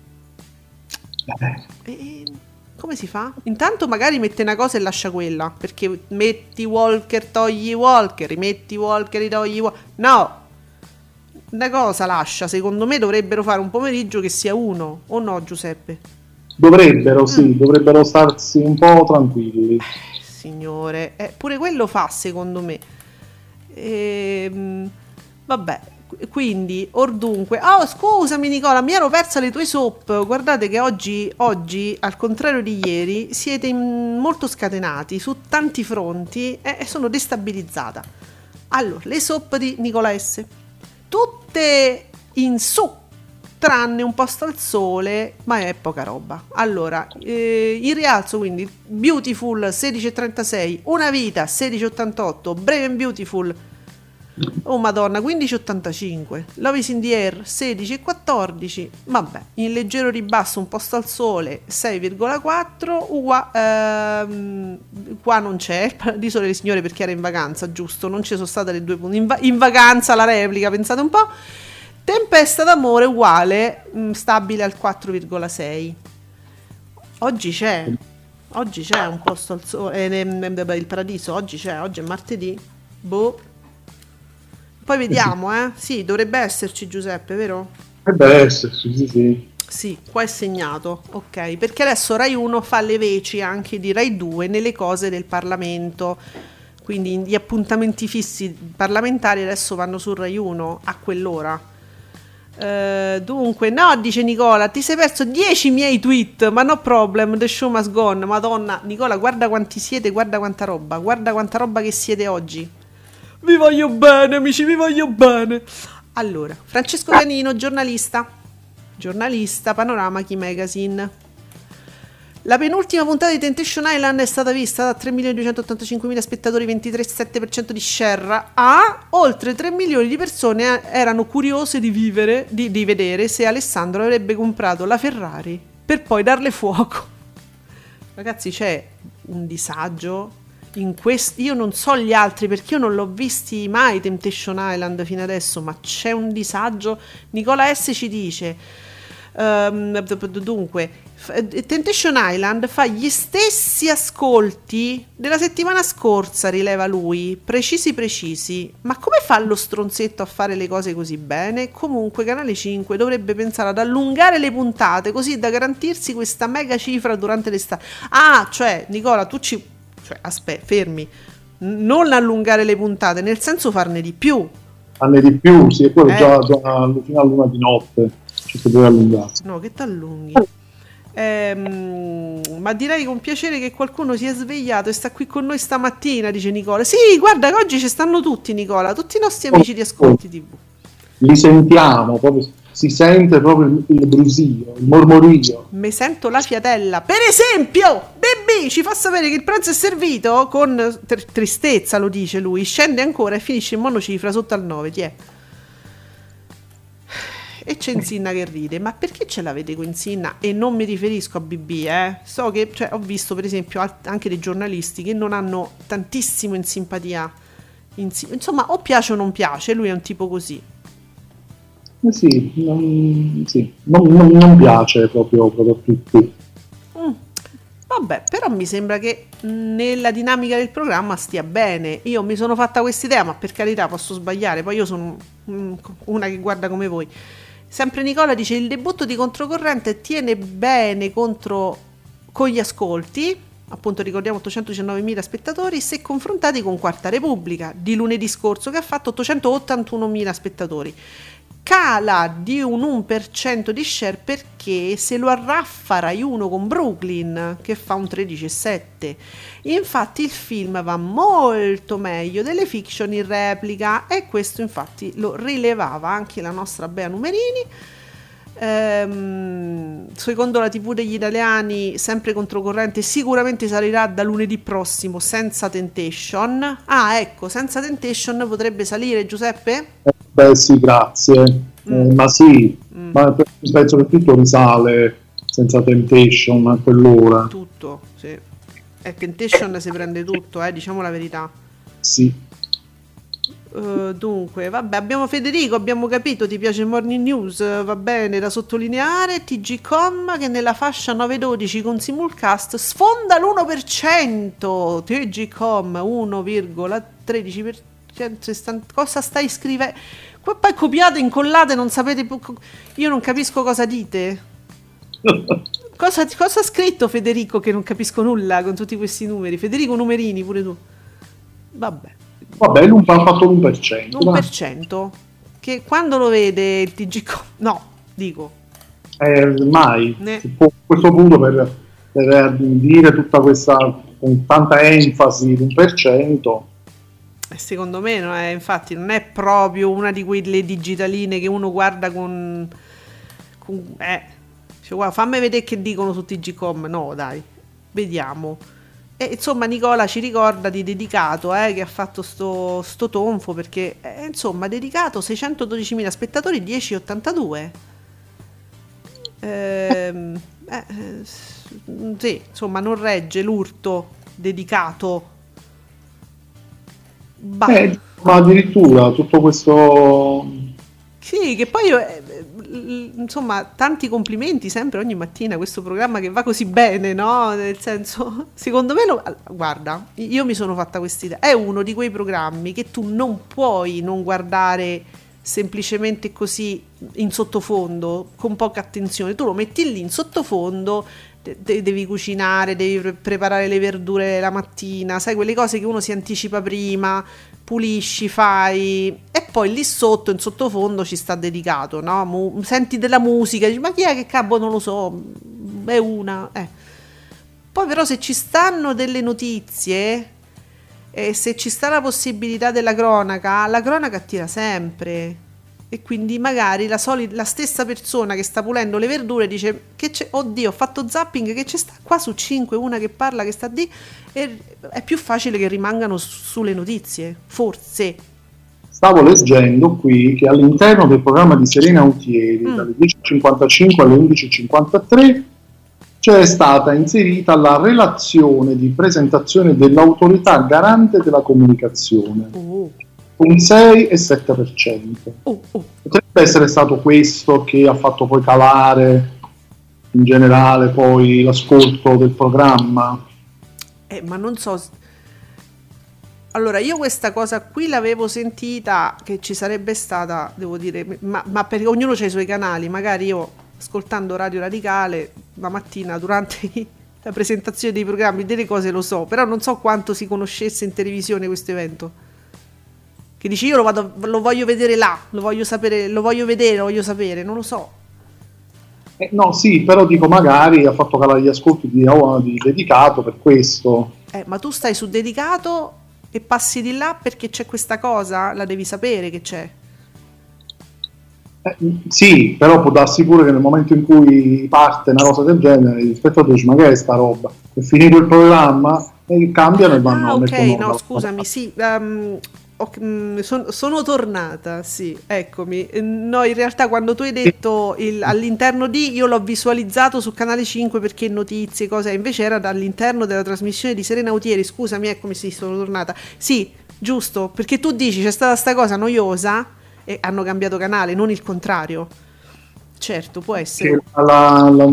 E come si fa? Intanto magari mette una cosa e lascia quella, perché metti Walker, togli Walker, rimetti Walker, ritogli Walker. No, una cosa lascia. Secondo me dovrebbero fare un pomeriggio che sia uno, o no Giuseppe? Dovrebbero, mm. sì, dovrebbero starsi un po' tranquilli. Eh, signore, eh, pure quello fa secondo me. Ehm, vabbè. Quindi, or dunque, oh scusami Nicola, mi ero persa le tue soap. Guardate che oggi, oggi al contrario di ieri, siete in, molto scatenati su tanti fronti e, e sono destabilizzata. Allora, le soap di Nicola S, tutte in su, tranne Un posto al sole, ma è poca roba. Allora, eh, in rialzo quindi Beautiful sedici e trentasei, Una vita sedici e ottantotto, Brave and Beautiful, oh madonna, quindici e ottantacinque, Love is in the air sedici e quattordici, vabbè, in leggero ribasso Un posto al sole sei virgola quattro, ua, ehm, qua non c'è il Paradiso delle signore perché era in vacanza, giusto, non ci sono state le due punti in, va- in vacanza la replica, pensate un po'. Tempesta d'amore uguale, mh, stabile al quattro virgola sei. Oggi c'è oggi c'è Un posto al sole, eh, il Paradiso oggi c'è, oggi è martedì, boh. Poi vediamo, eh? Sì, dovrebbe esserci Giuseppe, vero? Dovrebbe esserci, sì, sì. Sì, qua è segnato, ok. Perché adesso Rai uno fa le veci anche di Rai due nelle cose del Parlamento. Quindi gli appuntamenti fissi parlamentari adesso vanno su Rai uno a quell'ora. Uh, dunque, no, dice Nicola, ti sei perso dieci miei tweet, ma no problem, the show must go on. Madonna, Nicola, guarda quanti siete, guarda quanta roba, guarda quanta roba che siete oggi. Vi voglio bene, amici, vi voglio bene. Allora, Francesco Canino, giornalista, giornalista, Panorama Key Magazine. La penultima puntata di Temptation Island è stata vista da tre milioni duecentottantacinquemila spettatori, ventitré virgola sette per cento di share. A oltre tre milioni di persone erano curiose di vivere, di, di vedere se Alessandro avrebbe comprato la Ferrari per poi darle fuoco. Ragazzi, c'è un disagio in questo. Io non so gli altri perché io non l'ho visti mai Temptation Island fino adesso, ma c'è un disagio. Nicola S ci dice um, dunque Temptation Island fa gli stessi ascolti della settimana scorsa, rileva lui, precisi precisi, ma come fa lo stronzetto a fare le cose così bene? Comunque Canale cinque dovrebbe pensare ad allungare le puntate così da garantirsi questa mega cifra durante l'estate. Ah, cioè Nicola, tu ci cioè aspetta, fermi, non allungare le puntate, nel senso farne di più. Farne di più, sì, e poi eh. già, già fino a luna di notte ci si deve allungare. No, che t'allunghi? Ehm, ma direi con piacere che qualcuno si è svegliato e sta qui con noi stamattina, dice Nicola. Sì, guarda che oggi ci stanno tutti, Nicola, tutti i nostri amici di Ascolti tivù. Li sentiamo, proprio, si sente proprio il, il brusio, il mormorio. Mi sento la fiatella. Per esempio, Bebì ci fa sapere che il pranzo è servito con tr- tristezza, lo dice lui, scende ancora e finisce in monocifra sotto al nove, ti è? E c'è Insinna che ride, ma perché ce l'avete con Insinna? E non mi riferisco a B B, eh. So che, cioè, ho visto per esempio alt- anche dei giornalisti che non hanno tantissimo in simpatia. In si- insomma, o piace o non piace, lui è un tipo così. Eh sì, non, sì. Non, non, non piace proprio, proprio a tutti. Mm. Vabbè, però mi sembra che nella dinamica del programma stia bene. Io mi sono fatta quest'idea, ma per carità posso sbagliare, poi io sono mm, una che guarda come voi. Sempre Nicola dice il debutto di Controcorrente tiene bene contro con gli ascolti, appunto ricordiamo ottocentodiciannovemila spettatori se confrontati con Quarta Repubblica di lunedì scorso che ha fatto ottocentottantunomila spettatori. Cala di un uno per cento di share perché se lo arraffa Rai uno con Brooklyn che fa un tredici virgola sette. Infatti il film va molto meglio delle fiction in replica e questo infatti lo rilevava anche la nostra Bea Numerini. Ehm, secondo la tivù degli italiani sempre Controcorrente sicuramente salirà da lunedì prossimo senza Temptation. Ah, ecco, senza Temptation potrebbe salire, Giuseppe? Beh sì, grazie. Mm. Eh, ma sì, mm. ma penso che tutto risale senza Temptation a quell'ora. Tutto, sì. E Temptation si prende tutto, eh, diciamo la verità. Sì. Uh, dunque, vabbè, abbiamo Federico, abbiamo capito, ti piace Morning News, va bene, da sottolineare. T G Com che nella fascia nove dodici con simulcast sfonda l'uno per cento. T G Com uno virgola tredici per cento. Cosa stai scrivendo? Poi copiate, incollate, non sapete, io non capisco cosa dite. Cosa, cosa ha scritto Federico che non capisco nulla con tutti questi numeri? Federico Numerini pure tu. Vabbè. Vabbè, lui ha fatto l'uno per cento. l'uno per cento che quando lo vede il T G Com, no, dico. Eh, mai. Ne. A questo punto per, per dire tutta questa, con tanta enfasi, l'uno per cento. Secondo me non è, infatti non è proprio una di quelle digitaline che uno guarda con, con eh, cioè, guarda, fammi vedere che dicono su T G Com. No, dai, vediamo. E insomma Nicola ci ricorda di Dedicato, eh, che ha fatto sto, sto tonfo perché eh, insomma Dedicato seicentododicimila spettatori, dieci virgola ottantadue. ehm, eh, sì, insomma non regge l'urto Dedicato. Bah. Eh, ma addirittura tutto questo. Sì, che poi eh, insomma tanti complimenti sempre ogni mattina, questo programma che va così bene, no? Nel senso, secondo me lo, guarda, io mi sono fatta quest'idea, è uno di quei programmi che tu non puoi non guardare semplicemente così in sottofondo con poca attenzione, tu lo metti lì in sottofondo, de- devi cucinare, devi pre- preparare le verdure la mattina, sai, quelle cose che uno si anticipa prima, pulisci, fai, e poi lì sotto, in sottofondo, ci sta dedicato, no? Mu- senti della musica, dici, ma chi è che cabo, non lo so, è una, eh. Poi però se ci stanno delle notizie e se ci sta la possibilità della cronaca, la cronaca attira sempre. E quindi magari la, soli- la stessa persona che sta pulendo le verdure dice che c'è, oddio, ho fatto zapping, che c'è sta qua su cinque una che parla, che sta lì, e è più facile che rimangano su- sulle notizie, forse. Stavo leggendo qui che all'interno del programma di Serena Autieri, mm. dalle dieci e cinquantacinque alle undici e cinquantatré, c'è stata inserita la relazione di presentazione dell'autorità garante della comunicazione. Oh. Un sei e sette per cento. Oh, oh. Potrebbe essere stato questo che ha fatto poi calare in generale poi l'ascolto del programma. Eh, ma non so. Allora, io questa cosa qui l'avevo sentita che ci sarebbe stata, devo dire, ma, ma perché ognuno ha i suoi canali. Magari io, ascoltando Radio Radicale, la mattina durante la presentazione dei programmi, delle cose lo so, però non so quanto si conoscesse in televisione questo evento. Che dici io lo, vado, lo voglio vedere là, lo voglio sapere, lo voglio vedere, lo voglio sapere, non lo so. Eh, no, sì, però dico magari ha fatto calare gli ascolti di, oh, di dedicato per questo. Eh, ma tu stai su dedicato e passi di là perché c'è questa cosa, la devi sapere che c'è. Eh, sì, però può darsi pure che nel momento in cui parte una cosa del genere, gli spettatori dice ma che è sta roba? È finito il programma e cambiano e vanno ah, a ok, mettono no, scusami, sì, um, Okay, son, sono tornata, sì, eccomi. No, in realtà quando tu hai detto il, all'interno di, io l'ho visualizzato su Canale cinque perché notizie, cose, invece era all'interno della trasmissione di Serena Autieri, scusami, eccomi, sì, sono tornata. Sì, giusto, perché tu dici c'è stata sta cosa noiosa e hanno cambiato canale, non il contrario. Certo, può essere. La, la,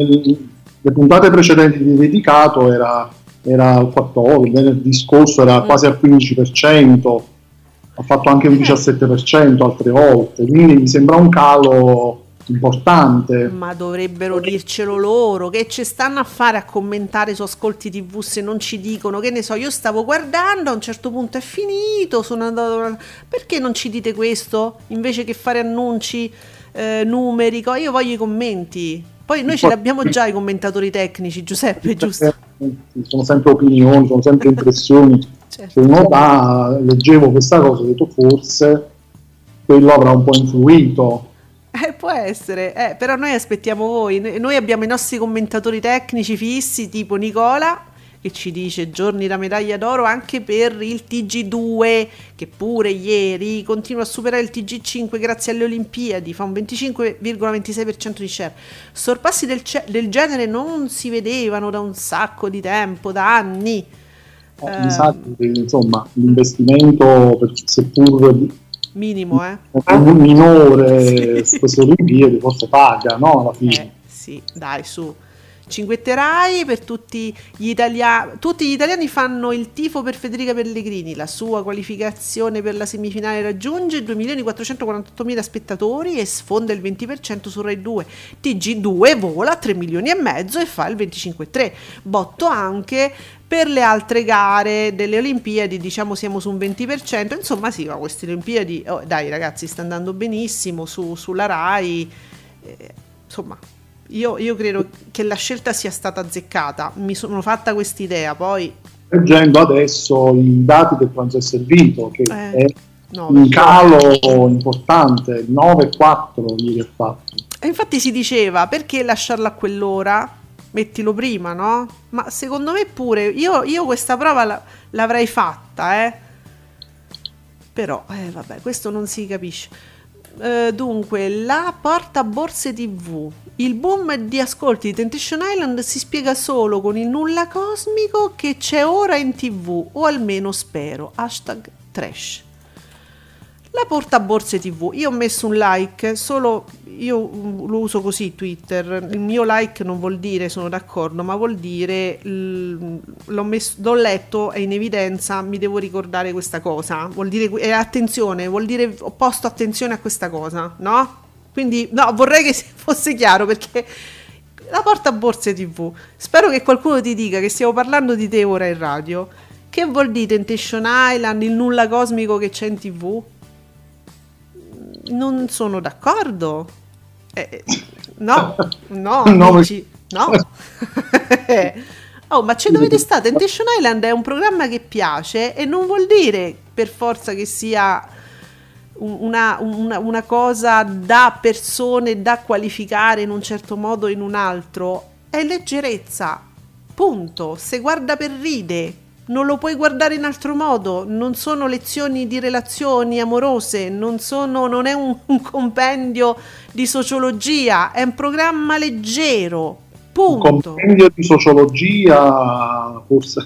le puntate precedenti di dedicato era... era al quattordici, il venerdì scorso era quasi al quindici per cento, ha fatto anche un diciassette per cento altre volte, quindi mi sembra un calo importante. Ma dovrebbero dircelo loro, che ci stanno a fare a commentare su Ascolti tivù se non ci dicono, che ne so, io stavo guardando, a un certo punto è finito, sono andato, perché non ci dite questo invece che fare annunci, eh, numeri, io voglio i commenti. Poi noi ce l'abbiamo già i commentatori tecnici, Giuseppe, giusto? Sono sempre opinioni, sono sempre impressioni. Certo. Se uno va, leggevo questa cosa, ho detto forse quello avrà un po' influito. Eh, può essere, eh, però noi aspettiamo voi. Noi abbiamo i nostri commentatori tecnici fissi, tipo Nicola, che ci dice giorni da medaglia d'oro anche per il T G due, che pure ieri continua a superare il T G cinque grazie alle Olimpiadi, fa un venticinque virgola ventisei per cento di share. Sorpassi del, ce- del genere non si vedevano da un sacco di tempo, da anni. Eh, eh, mi sa che insomma l'investimento, per, seppur minimo, eh? minore, sì. Queste Olimpiadi forse paga, no? Alla fine. Eh, sì, dai, su. Cinguetterai per tutti gli italiani. Tutti gli italiani fanno il tifo per Federica Pellegrini. La sua qualificazione per la semifinale raggiunge due milioni quattrocentoquarantottomila spettatori e sfonda il venti per cento su Rai due. T G due vola a tre milioni e mezzo e fa il venticinque virgola tre. Botto anche per le altre gare delle Olimpiadi, diciamo siamo su un venti per cento. Insomma sì, ma queste Olimpiadi, oh, dai ragazzi, sta andando benissimo su, sulla Rai, eh, insomma. Io, io credo che la scelta sia stata azzeccata, mi sono fatta quest'idea, poi... Leggendo adesso i dati del pranzo è servito, che eh, è no, un calo importante, nove virgola quattro ieri ha fatto. E infatti si diceva, perché lasciarlo a quell'ora? Mettilo prima, no? Ma secondo me pure, io, io questa prova la, l'avrei fatta, eh? Però, eh vabbè, questo non si capisce. Uh, dunque, la portaborse tivù. Il boom di ascolti di Temptation Island si spiega solo con il nulla cosmico che c'è ora in tv, o almeno spero. Hashtag trash. La portaborse tivù. Io ho messo un like, solo io lo uso così Twitter. Il mio like non vuol dire sono d'accordo, ma vuol dire l'ho, messo, l'ho letto, è in evidenza, mi devo ricordare questa cosa. Vuol dire eh, attenzione, vuol dire ho posto attenzione a questa cosa, no? Quindi no, vorrei che fosse chiaro, perché la portaborse tivù, spero che qualcuno ti dica che stiamo parlando di te ora in radio. Che vuol dire Temptation Island, il nulla cosmico che c'è in tv? non sono d'accordo. Eh, no, no, No, amici, no. Oh, ma ci dovete stare. Temptation Island è un programma che piace e non vuol dire per forza che sia una, una, una cosa da persone da qualificare in un certo modo o in un altro. È leggerezza, punto. Se guarda per ride, non lo puoi guardare in altro modo. Non sono lezioni di relazioni amorose, non sono, non è un, un compendio di sociologia, è un programma leggero, punto. Un compendio di sociologia, forse.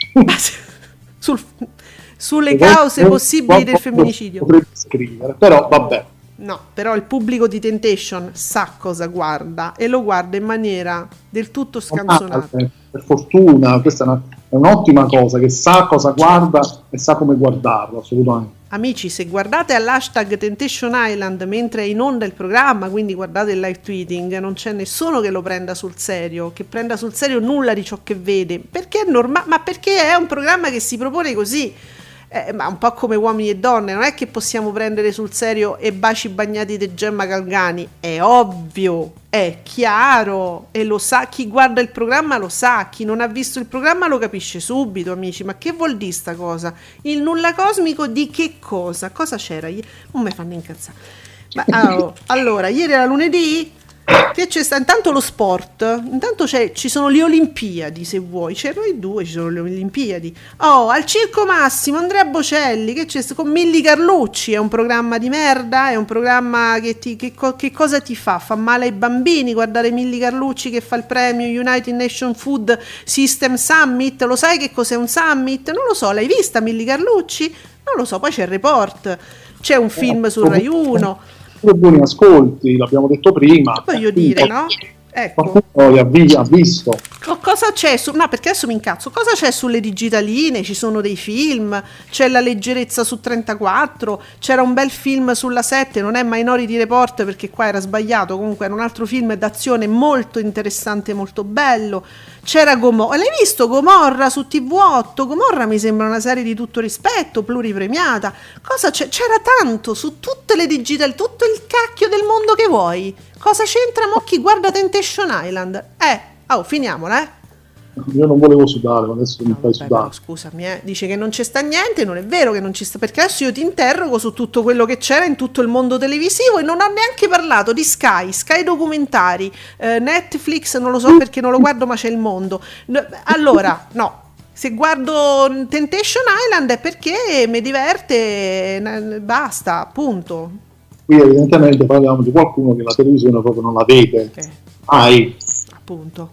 Sul, sulle cause possibili del femminicidio. Potrebbe scrivere, però vabbè. No, però il pubblico di Temptation sa cosa guarda e lo guarda in maniera del tutto scanzonata. Per, per fortuna, questa è, una, è un'ottima cosa, che sa cosa guarda e sa come guardarlo, assolutamente. Amici, se guardate all'hashtag Temptation Island mentre è in onda il programma, quindi guardate il live tweeting, non c'è nessuno che lo prenda sul serio, che prenda sul serio nulla di ciò che vede, perché è normale, ma perché è un programma che si propone così. Eh, ma un po' come Uomini e Donne, non è che possiamo prendere sul serio E baci bagnati di Gemma Galgani, è ovvio, è chiaro e lo sa, chi guarda il programma lo sa, chi non ha visto il programma lo capisce subito, amici. Ma che vuol dire sta cosa? Il nulla cosmico di che cosa? Cosa c'era? Non mi fanno incazzare. Ma, oh, allora, ieri era lunedì? Che c'è sta? Intanto lo sport, intanto c'è, ci sono le Olimpiadi, se vuoi, c'erano i due, ci sono le Olimpiadi. Oh, al Circo Massimo Andrea Bocelli, che c'è con Milly Carlucci, è un programma di merda, è un programma che, ti, che, che cosa ti fa? Fa male ai bambini guardare Milly Carlucci che fa il premio United Nations Food System Summit? Lo sai che cos'è un summit? Non lo so, l'hai vista Milly Carlucci? Non lo so, poi c'è il report, c'è un film su Rai uno. Buoni ascolti, l'abbiamo detto prima. Voglio dire, no? Ecco. Qualcuno li ha, vi- ha visto. Cosa c'è su... No, perché adesso mi incazzo. Cosa c'è sulle digitaline? Ci sono dei film, c'è la leggerezza su trentaquattro, c'era un bel film sulla sette, non è Minority Report perché qua era sbagliato, comunque era un altro film d'azione molto interessante, molto bello. C'era Gomorra, l'hai visto Gomorra su T V otto? Gomorra mi sembra una serie di tutto rispetto, pluripremiata. Cosa c'è? C'era tanto su tutte le digital, tutto il cacchio del mondo che vuoi. Cosa c'entra mo chi guarda Temptation Island? Eh, oh, finiamola, eh. Io non volevo sudare, ma adesso mi No, fai vabbè, sudare. però, scusami, eh. Dice che non ci sta niente, non è vero che non ci sta, perché adesso io ti interrogo su tutto quello che c'era in tutto il mondo televisivo e non ho neanche parlato di Sky, Sky documentari, eh, Netflix, non lo so perché non lo guardo, ma c'è il mondo. No, allora, no, se guardo Temptation Island è perché mi diverte, n- basta, punto. Qui evidentemente parliamo di qualcuno che la televisione proprio non la vede. Eh, Ai. appunto.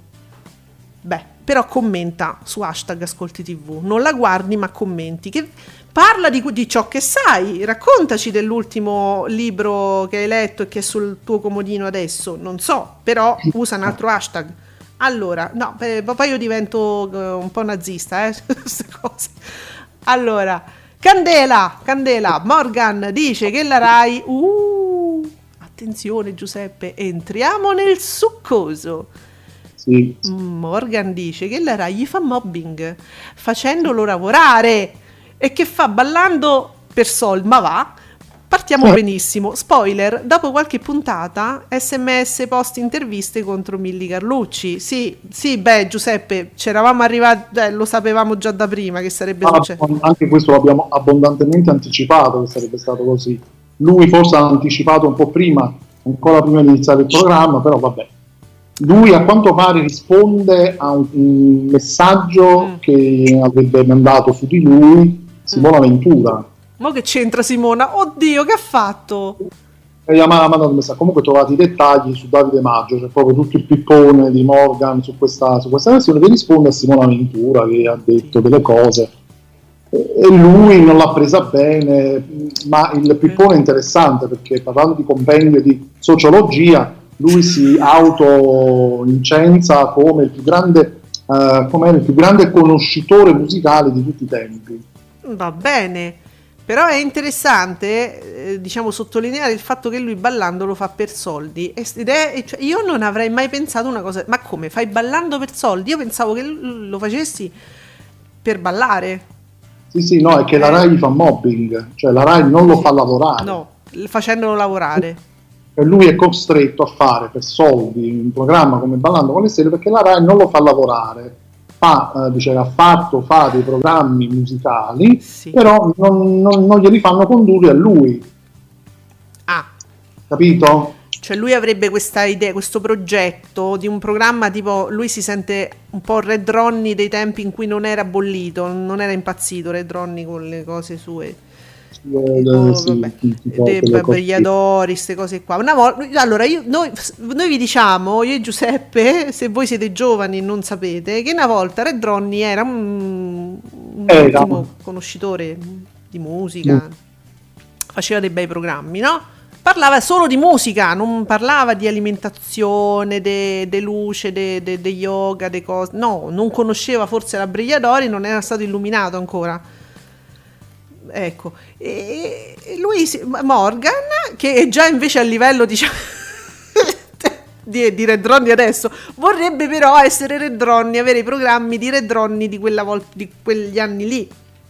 Beh, però commenta su hashtag Ascolti tivù, non la guardi ma commenti, che parla di, di ciò che sai, raccontaci dell'ultimo libro che hai letto e che è sul tuo comodino adesso, non so, però usa un altro hashtag. Allora, no, eh, poi io divento eh, un po' nazista, eh, queste cose. Allora, Candela, Candela, Morgan dice che la Rai, uh, attenzione Giuseppe, entriamo nel succoso. Sì. Morgan dice che la Rai gli fa mobbing facendolo lavorare e che fa ballando per soldi, ma va, partiamo Eh. benissimo, spoiler, dopo qualche puntata sms post interviste contro Milly Carlucci. Sì, sì, beh Giuseppe, c'eravamo arrivati, eh, lo sapevamo già da prima che sarebbe Ah, successo. anche questo l'abbiamo abbondantemente anticipato che sarebbe stato così. Lui forse ha anticipato un po' prima, ancora prima di iniziare il programma, però vabbè. Lui a quanto pare risponde a un, un messaggio Mm. che avrebbe mandato su di lui Simona Ventura. Ma che c'entra Simona? Oddio, che ha fatto? E gli ha mandato un messaggio. Comunque trovate i dettagli su Davide Maggio, c'è proprio tutto il pippone di Morgan su questa, su questa versione che risponde a Simona Ventura che ha detto delle cose e e lui non l'ha presa bene, ma il pippone è interessante perché parlando di compendio di sociologia lui si auto-incensa come il più grande eh, come il più grande conoscitore musicale di tutti i tempi. Va bene, però è interessante, eh, diciamo, sottolineare il fatto che lui ballando lo fa per soldi. Ed è, cioè, io non avrei mai pensato una cosa, ma come fai ballando per soldi? Io pensavo che l- lo facessi per ballare. Sì, sì, no, è che la Rai gli fa mobbing, cioè la Rai non lo fa lavorare. No, facendolo lavorare. E lui è costretto a fare per soldi un programma come Ballando con le stelle, perché la Rai non lo fa lavorare. Fa, eh, dice, ha fatto, fa dei programmi musicali, Sì. però non, non, non glieli fanno condurre a lui. Ah, Capito? cioè lui avrebbe questa idea, questo progetto di un programma tipo, lui si sente un po' Red Ronnie dei tempi in cui non era bollito, non era impazzito Red Ronnie con le cose sue. Eh, Oh, sì, vabbè, tipo dei quelle cose- Brigliadori, queste cose qua. Una volta, allora io, noi, noi vi diciamo, io e Giuseppe, se voi siete giovani e non sapete, che una volta Red Ronnie era un, un Era. ottimo conoscitore di musica, faceva dei bei programmi, no? Parlava solo di musica, non parlava di alimentazione, de, de luce, de, de, de yoga, de cose. No, non conosceva forse la Brigliadori, non era stato illuminato ancora. Ecco, e e lui, si- Morgan, che è già invece a livello, diciamo, di, di Red Ronnie adesso, vorrebbe però essere Red Ronnie, avere i programmi di Red Ronnie di quella volta, di quegli anni lì.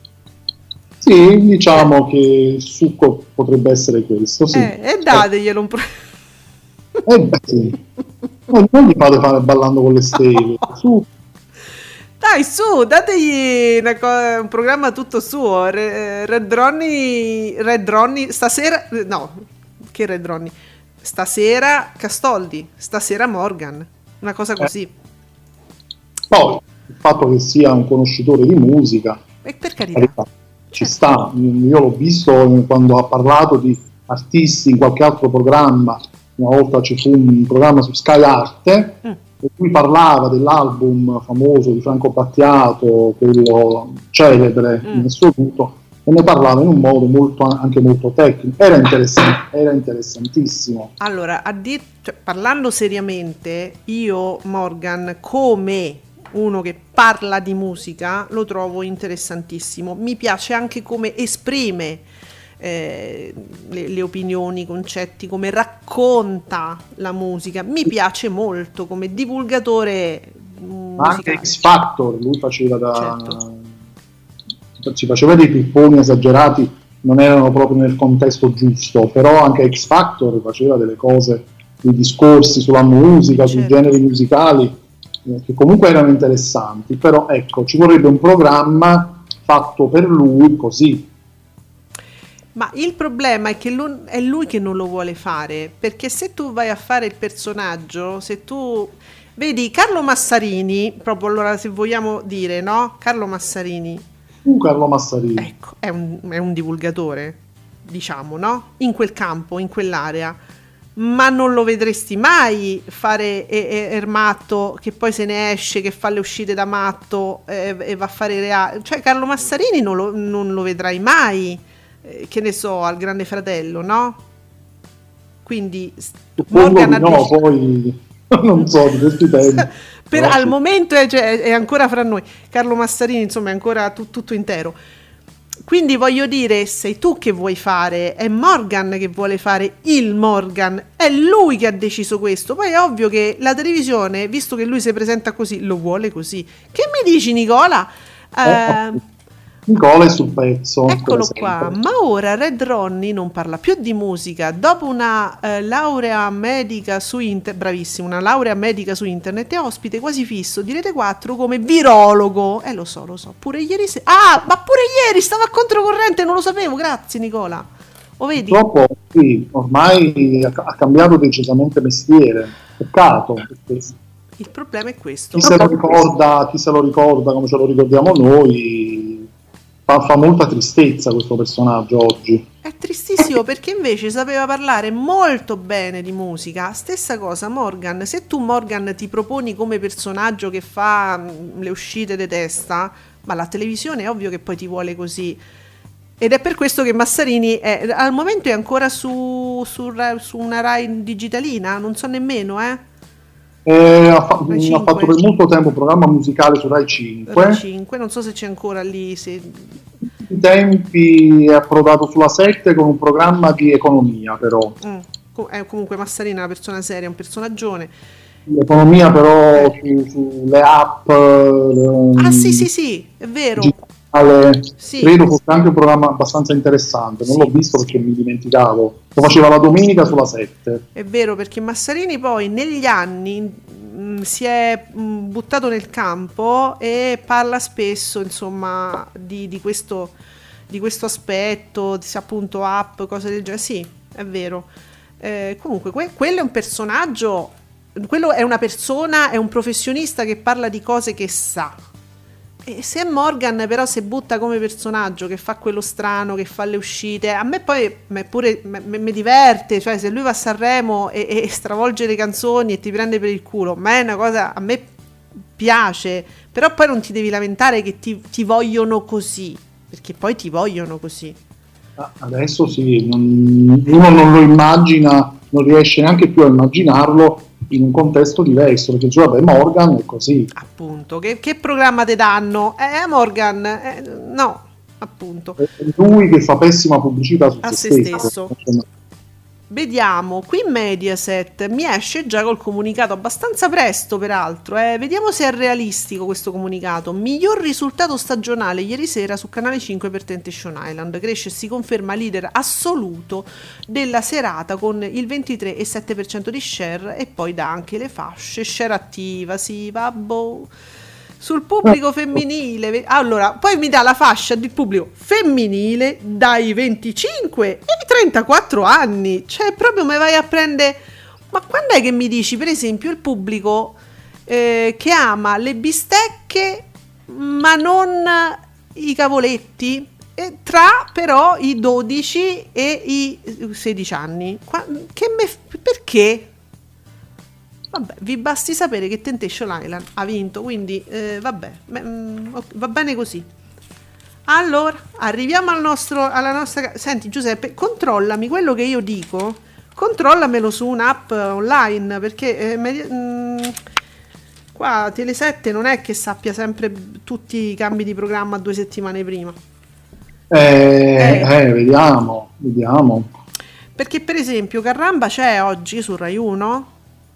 Sì, diciamo che il succo potrebbe essere questo, sì. Eh, e dateglielo un pro- Eh, beh, sì. Non non gli fate fare Ballando con le stelle. Su, Dai, su, dategli una co- un programma tutto suo. Re- Red Ronnie, Red Ronnie, stasera, no, che Red Ronnie? Stasera Castoldi, stasera Morgan, una cosa così. poi il fatto che sia un conoscitore di musica, E per carità. carità, ci sta. Io l'ho visto quando ha parlato di artisti in qualche altro programma. Una volta ci fu un programma su Sky Arte, Mm. in cui parlava dell'album famoso di Franco Battiato, quello celebre Mm. in assoluto, e ne parlava in un modo molto, anche molto tecnico. Era interessante, era interessantissimo. Allora, a dir- cioè, parlando seriamente, io Morgan come uno che parla di musica lo trovo interessantissimo. Mi piace anche come esprime eh, le, le opinioni, i concetti, come racconta la musica. Mi piace molto come divulgatore Ma anche musicale. X Factor, lui faceva da... Certo. ci faceva dei pipponi esagerati, non erano proprio nel contesto giusto, però anche X Factor faceva delle cose, dei discorsi sulla musica, sui Certo. generi musicali, eh, che comunque erano interessanti, però ecco, ci vorrebbe un programma fatto per lui così. Ma il problema è che lu- è lui che non lo vuole fare, perché se tu vai a fare il personaggio, se tu vedi Carlo Massarini, proprio allora se vogliamo dire, no? Carlo Massarini, Un Carlo Massarini. ecco, è un, è un divulgatore, diciamo, no? In quel campo, in quell'area, ma non lo vedresti mai fare e- e- Ermatto, che poi se ne esce, che fa le uscite da matto eh, e va a fare reale. Cioè Carlo Massarini non lo, non lo vedrai mai, eh, che ne so, al Grande Fratello, no? Quindi s- Suppongo Morgan di ha no, deciso- poi non so di questi tempi. per Però al sì. momento è, cioè, è ancora fra noi. Carlo Massarini, insomma, è ancora tu- tutto intero. Quindi voglio dire, sei tu che vuoi fare, è Morgan che vuole fare il Morgan, è lui che ha deciso questo. Poi è ovvio che la televisione, visto che lui si presenta così, lo vuole così. Che mi dici, Nicola? Eh, Nicola è sul pezzo. Eccolo per qua, esempio. ma ora Red Ronnie non parla più di musica. Dopo una eh, laurea medica su internet, bravissimo, una laurea medica su internet, è ospite quasi fisso di Rete quattro come virologo. Eh, lo so, lo so, pure ieri se- Ah, ma pure ieri stava a controcorrente, non lo sapevo, grazie Nicola. Lo vedi? Purtroppo sì, ormai ha, ha cambiato decisamente mestiere. Peccato, perché Il problema è questo. chi se lo ricorda, chi se lo ricorda come ce lo ricordiamo noi, fa, fa molta tristezza questo personaggio oggi. È tristissimo perché invece sapeva parlare molto bene di musica. Stessa cosa Morgan, se tu Morgan ti proponi come personaggio che fa mh, le uscite di testa, ma la televisione è ovvio che poi ti vuole così. Ed è per questo che Massarini è, al momento è ancora su, su, Ra- su una Rai digitalina, non so nemmeno, eh. Eh, ha, fa- Rai ha cinque. fatto per molto tempo un programma musicale su Rai cinque. Rai cinque, non so se c'è ancora lì, se... I tempi è approdato sulla sette con un programma di economia, però. Mm. Com- eh, comunque Massarini è una persona seria, un personaggione. L'economia però su- sulle app. ehm, Ah sì sì sì, è vero. Gi- Ale, Sì. credo fosse anche un programma abbastanza interessante, non Sì, l'ho visto sì. perché mi dimenticavo. Lo faceva la domenica sulla sette. È vero, perché Massarini poi negli anni mh, si è mh, buttato nel campo e parla spesso, insomma, di, di questo, di questo aspetto, di, appunto app, cose del genere. Sì, è vero. Eh, comunque, que- quello è un personaggio, quello è una persona, è un professionista che parla di cose che sa. E se è Morgan però si butta come personaggio che fa quello strano, che fa le uscite, a me poi me pure mi diverte, cioè se lui va a Sanremo e, e stravolge le canzoni e ti prende per il culo, ma è una cosa, a me piace, però poi non ti devi lamentare che ti, ti vogliono così, perché poi ti vogliono così. Adesso sì, non, uno non lo immagina, non riesce neanche più a immaginarlo in un contesto diverso, perché cioè, vabbè, Morgan è così. Appunto, che, che programma te danno? Eh, Morgan, eh, no, appunto. È lui che fa pessima pubblicità su A se se stesso. stesso. Vediamo, qui Mediaset mi esce già col comunicato abbastanza presto peraltro, eh. Vediamo se è realistico questo comunicato. Miglior risultato stagionale ieri sera su Canale cinque per Temptation Island, cresce e si conferma leader assoluto della serata con il ventitré virgola sette per cento di share e poi dà anche le fasce, share attiva, sì, vabbè. Sul pubblico femminile, allora, poi mi dà la fascia del pubblico femminile dai venticinque ai trentaquattro anni, cioè proprio mi vai a prendere, ma quando è che mi dici per esempio il pubblico eh, che ama le bistecche ma non i cavoletti, e tra però i dodici e i sedici anni, Qua, che me, perché? Vabbè, vi basti sapere che Temptation Island ha vinto, quindi eh, vabbè, mh, va bene così. Allora, arriviamo al nostro, alla nostra... Senti Giuseppe, controllami quello che io dico, controllamelo su un'app online, perché eh, media, mh, qua Tele sette non è che sappia sempre tutti i cambi di programma due settimane prima. Eh, Eh. eh, vediamo, vediamo. Perché per esempio Carramba c'è oggi su Rai uno?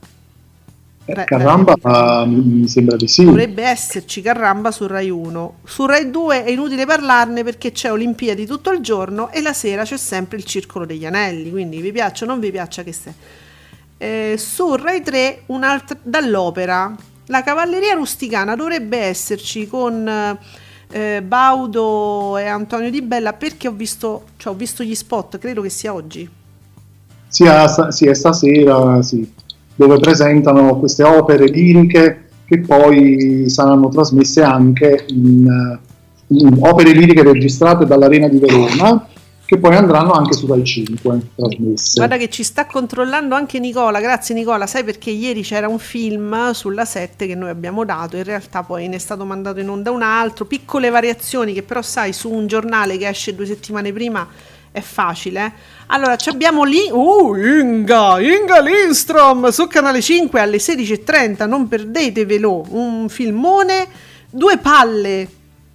Eh, Carramba, uh, mi sembra di sì. Dovrebbe esserci Carramba su Rai uno. Su Rai due è inutile parlarne perché c'è Olimpiadi tutto il giorno e la sera c'è sempre il Circolo degli Anelli, quindi vi piaccia o non vi piaccia che sia. Eh, su Rai tre un'altra dall'opera, la Cavalleria Rusticana dovrebbe esserci con eh, Baudo e Antonio Di Bella, perché ho visto, cioè, ho visto gli spot, credo che sia oggi. Sì, a, sì, è stasera, sì, dove presentano queste opere liriche che poi saranno trasmesse anche in, in opere liriche registrate dall'Arena di Verona, che poi andranno anche su Rai cinque trasmesse. Guarda che ci sta controllando anche Nicola, grazie Nicola, sai perché ieri c'era un film sulla sette che noi abbiamo dato, in realtà poi ne è stato mandato in onda un altro, piccole variazioni che però sai su un giornale che esce due settimane prima è facile, eh? Allora ci abbiamo lì uh, Inga Inga Lindstrom su Canale cinque alle sedici e trenta, non perdetevelo, un filmone, Due palle,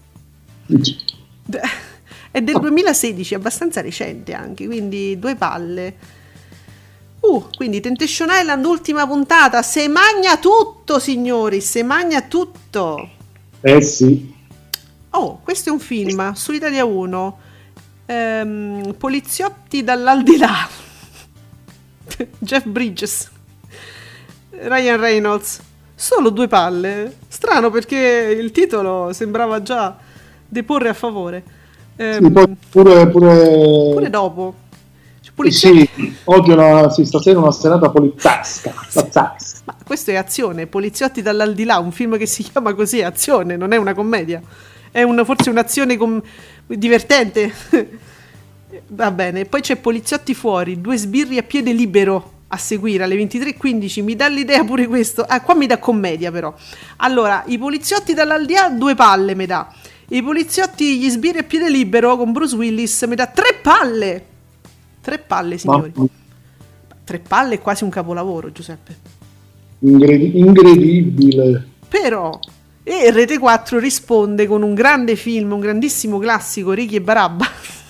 è del duemilasedici, abbastanza recente anche, quindi Due palle. Uh, quindi Temptation Island ultima puntata, se magna tutto signori, se magna tutto. Eh sì. Oh, questo è un film su Italia uno. Um, poliziotti dall'aldilà. Jeff Bridges, Ryan Reynolds, solo due palle. Strano perché il titolo sembrava già deporre a favore. Um, Sì, poi pure, pure... pure dopo. Cioè, poliziotti... Sì, oggi è una, sì, stasera è una serata poliziesca. Ma questo è azione, Poliziotti dall'aldilà, un film che si chiama così, azione, non è una commedia. È un, forse un'azione com- divertente. Va bene, poi c'è Poliziotti fuori, due sbirri a piede libero a seguire alle ventitré e quindici, mi dà l'idea pure questo. Ah, qua mi dà commedia però. Allora, i poliziotti dall'aldilà, due palle mi dà. I poliziotti, gli sbirri a piede libero con Bruce Willis mi dà tre palle. Tre palle, signori. Ma... Tre palle è quasi un capolavoro, Giuseppe. Ingredi- incredibile. Però... E Rete quattro risponde con un grande film, un grandissimo classico, Ricky e Barabba.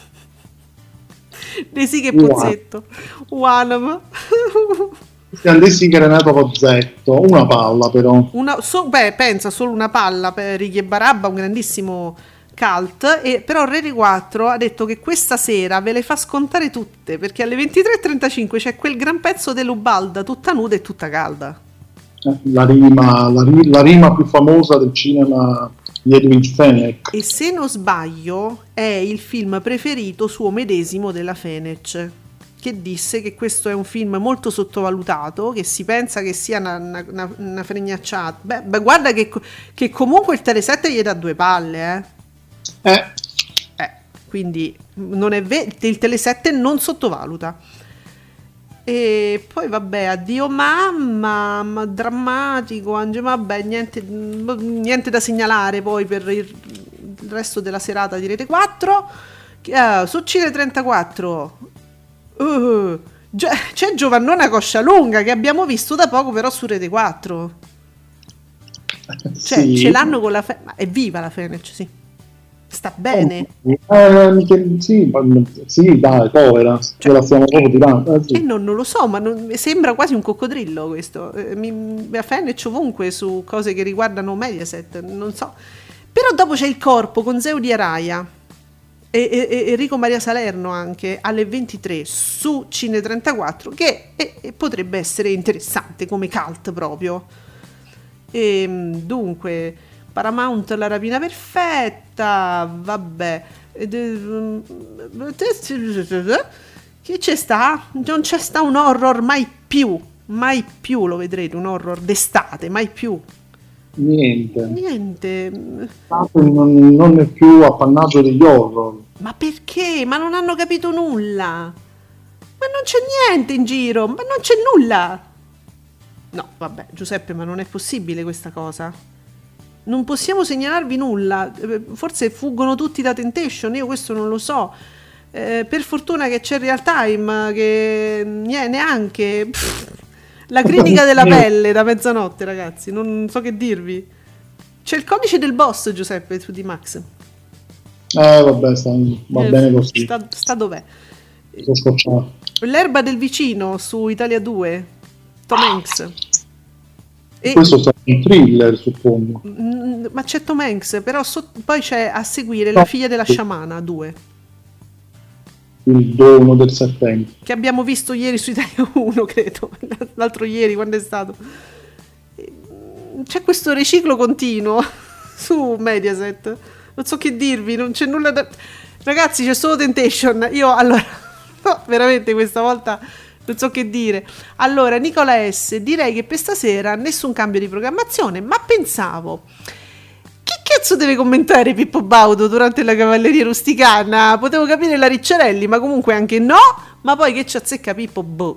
De sì che Pozzetto. One. Andessi che Renato Pozzetto, una palla però. Una, so, beh, pensa, solo una palla per Ricky e Barabba, un grandissimo cult, e però Rete quattro ha detto che questa sera ve le fa scontare tutte, perché alle ventitré e trentacinque c'è quel gran pezzo dell'Ubalda tutta nuda e tutta calda. La rima, la, ri- la rima più famosa del cinema di Edwin Fenech. E se non sbaglio è il film preferito suo medesimo della Fenech, che disse che questo è un film molto sottovalutato, che si pensa che sia una, una, una fregnacciata. Beh, beh, guarda che, che comunque il Telesette gli dà due palle, eh. Eh. eh quindi non è vero, il Telesette non sottovaluta. E poi vabbè, addio mamma, ma drammatico, anche vabbè, niente, niente da segnalare poi per il, il resto della serata di Rete quattro. Uh, su Cine trentaquattro uh, c'è Giovannona Coscialunga, che abbiamo visto da poco però su Rete quattro. Cioè, sì. Ce l'hanno con la Fe- ma è viva la Fenech, sì. Sta bene. Eh, sì, ma, sì, dai, povera, cioè, ce la stiamo proprio tirando. Eh, sì. eh no, non lo so, ma non, sembra quasi un coccodrillo questo. Eh, mi, la Fenech ovunque su cose che riguardano Mediaset, non so. Però dopo c'è il corpo con Zeu di Araia e, e, e Enrico Maria Salerno anche alle ventitré su Cine trentaquattro, che e, e potrebbe essere interessante come cult proprio. E, dunque... Paramount, La rapina perfetta, vabbè, chi c'è sta? Non c'è sta un horror mai più, mai più lo vedrete, un horror d'estate, mai più. Niente. Niente. Non, non è più appannaggio degli horror. Ma perché? Ma non hanno capito nulla. Ma non c'è niente in giro, ma non c'è nulla. No, vabbè, Giuseppe, ma non è possibile questa cosa. Non possiamo segnalarvi nulla, forse fuggono tutti da Temptation, io questo non lo so. Eh, per fortuna che c'è Real Time, che niente, neanche pff, la clinica della pelle da mezzanotte, ragazzi, non so che dirvi. C'è il codice del boss, Giuseppe, su D-Max. Eh vabbè, sta, va eh, bene così. Sta, sta dov'è? Sto scocciato. L'erba del vicino su Italia due, Tom Hanks. E questo è un thriller, suppongo. Mh, ma c'è Tom Hanks, però so, poi c'è a seguire no. La figlia della sciamana due. Il dono del serpente. Che abbiamo visto ieri su Italia uno, credo. L'altro ieri, quando è stato. C'è questo riciclo continuo su Mediaset. Non so che dirvi, non c'è nulla da... Ragazzi, c'è solo Temptation. Io, allora, no, veramente questa volta... non so che dire. Allora, Nicola S, direi che per stasera nessun cambio di programmazione, ma pensavo, chi cazzo deve commentare Pippo Baudo durante la cavalleria rusticana? Potevo capire la Ricciarelli, ma comunque anche no, ma poi che ci azzecca Pippo, boh.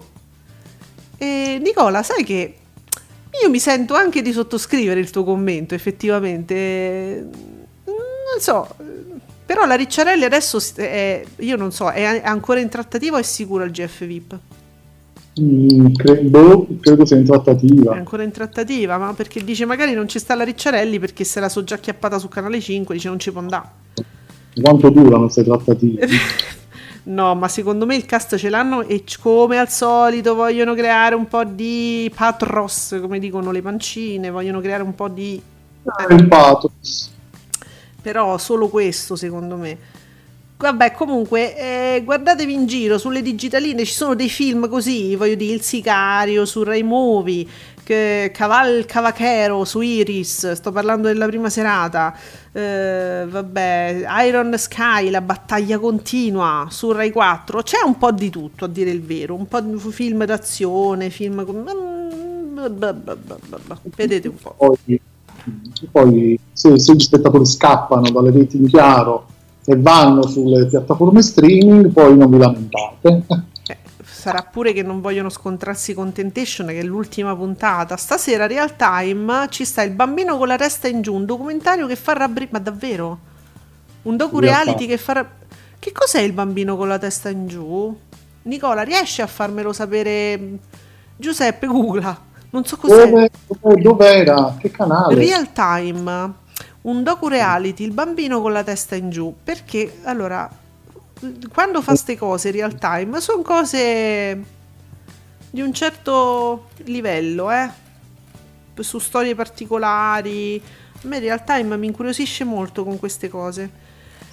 E Nicola, sai che io mi sento anche di sottoscrivere il tuo commento, effettivamente. Non so, però la Ricciarelli adesso è, io non so, è ancora in trattativa o è sicuro il G F V I P? Mm, credo, credo sia in trattativa. È ancora in trattativa, ma perché dice magari non ci sta la Ricciarelli perché se la so già acchiappata su Canale cinque, dice non ci può andare. Quanto durano queste trattative? No, ma secondo me il cast ce l'hanno e come al solito vogliono creare un po' di pathos, come dicono le pancine, vogliono creare un po' di eh, il pathos. Però solo questo secondo me. Vabbè, comunque eh, guardatevi in giro sulle digitaline, ci sono dei film così, voglio dire, Il Sicario su Rai Movie, che, Caval Cavachero su Iris, sto parlando della prima serata, eh, vabbè, Iron Sky, La battaglia continua su Rai quattro, c'è un po' di tutto a dire il vero, un po' di film d'azione, film con... vedete un po'. Poi, poi se, se gli spettatori scappano dalle reti in chiaro e vanno sulle piattaforme streaming, poi non vi lamentate. Eh, sarà pure che non vogliono scontrarsi con Temptation, che è l'ultima puntata. Stasera Real Time ci sta Il bambino con la testa in giù, un documentario che fa rabbrividire. Ma davvero? Un docu-reality che fa rab... Che cos'è Il bambino con la testa in giù? Nicola, riesci a farmelo sapere? Giuseppe, googla. Non so cos'è. Dove, dove, dov'era? Che canale? Real Time. Un docu-reality, Il bambino con la testa in giù, perché allora quando fa ste cose Real Time sono cose di un certo livello, eh? Su storie particolari. A me Real Time mi incuriosisce molto con queste cose.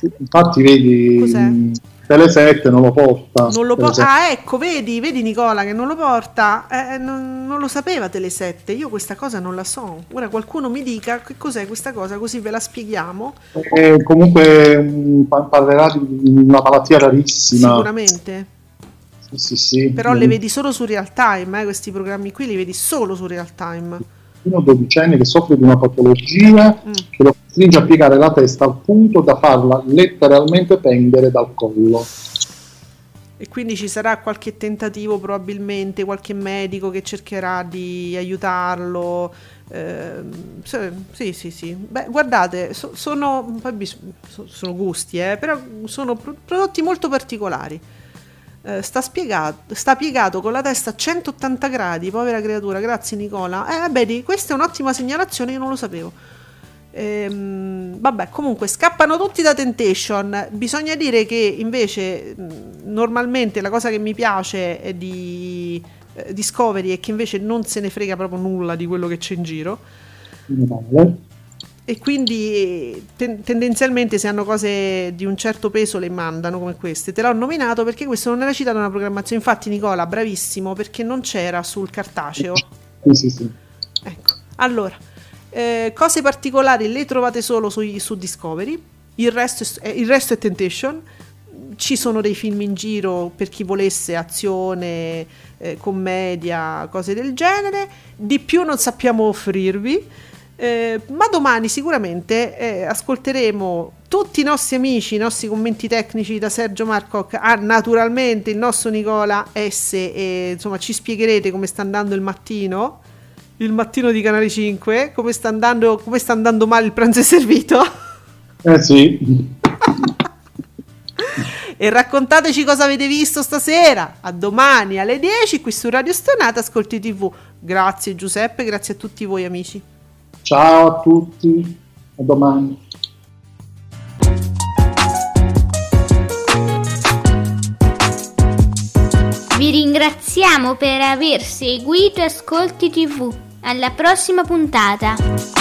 Infatti vedi, Cos'è? Tele sette non lo porta. Non lo Tele po- sette. ah, ecco, vedi, vedi Nicola che non lo porta. Eh, non, non lo sapeva Tele sette. Io questa cosa non la so. Ora qualcuno mi dica che cos'è questa cosa, così ve la spieghiamo. Eh, comunque mh, pa- parlerà di una malattia rarissima. Sicuramente. Sì, sì, sì. Però le vedi solo su Real Time, eh, questi programmi qui li vedi solo su Real Time. Uno dodicenne che soffre di una patologia Mm. che lo costringe a piegare la testa al punto da farla letteralmente pendere dal collo. E quindi ci sarà qualche tentativo, probabilmente qualche medico che cercherà di aiutarlo. ehm, sì, sì, sì, sì. Beh, guardate, so- sono, poi bis- so- sono gusti, eh, però sono pro- prodotti molto particolari. Eh, sta spiegato, sta piegato con la testa a centottanta gradi, povera creatura. Grazie Nicola. Eh, vedi, questa è un'ottima segnalazione, io non lo sapevo. Ehm, vabbè, comunque scappano tutti da Temptation. Bisogna dire che invece mh, normalmente la cosa che mi piace è di eh, Discovery è che invece non se ne frega proprio nulla di quello che c'è in giro, Male. e quindi ten- tendenzialmente se hanno cose di un certo peso le mandano come queste. Te l'ho nominato perché questo non era citato nella programmazione. Infatti Nicola, bravissimo, perché non c'era sul cartaceo. Sì, sì, sì. Ecco, allora, eh, cose particolari le trovate solo su, su Discovery, il resto, è, eh, il resto è Temptation. Ci sono dei film in giro per chi volesse azione, eh, commedia, cose del genere. Di più non sappiamo offrirvi, eh, ma domani sicuramente eh, ascolteremo tutti i nostri amici, i nostri commenti tecnici da Sergio Marcoc, ah, naturalmente il nostro Nicola S, e insomma ci spiegherete come sta andando il mattino. Il mattino di Canale cinque, come sta andando, come sta andando male il pranzo è servito. Eh sì. E raccontateci cosa avete visto stasera. A domani alle dieci qui su Radio Stonata Ascolti tivù. Grazie Giuseppe, grazie a tutti voi amici. Ciao a tutti, a domani. Vi ringraziamo per aver seguito Ascolti tivù. Alla prossima puntata.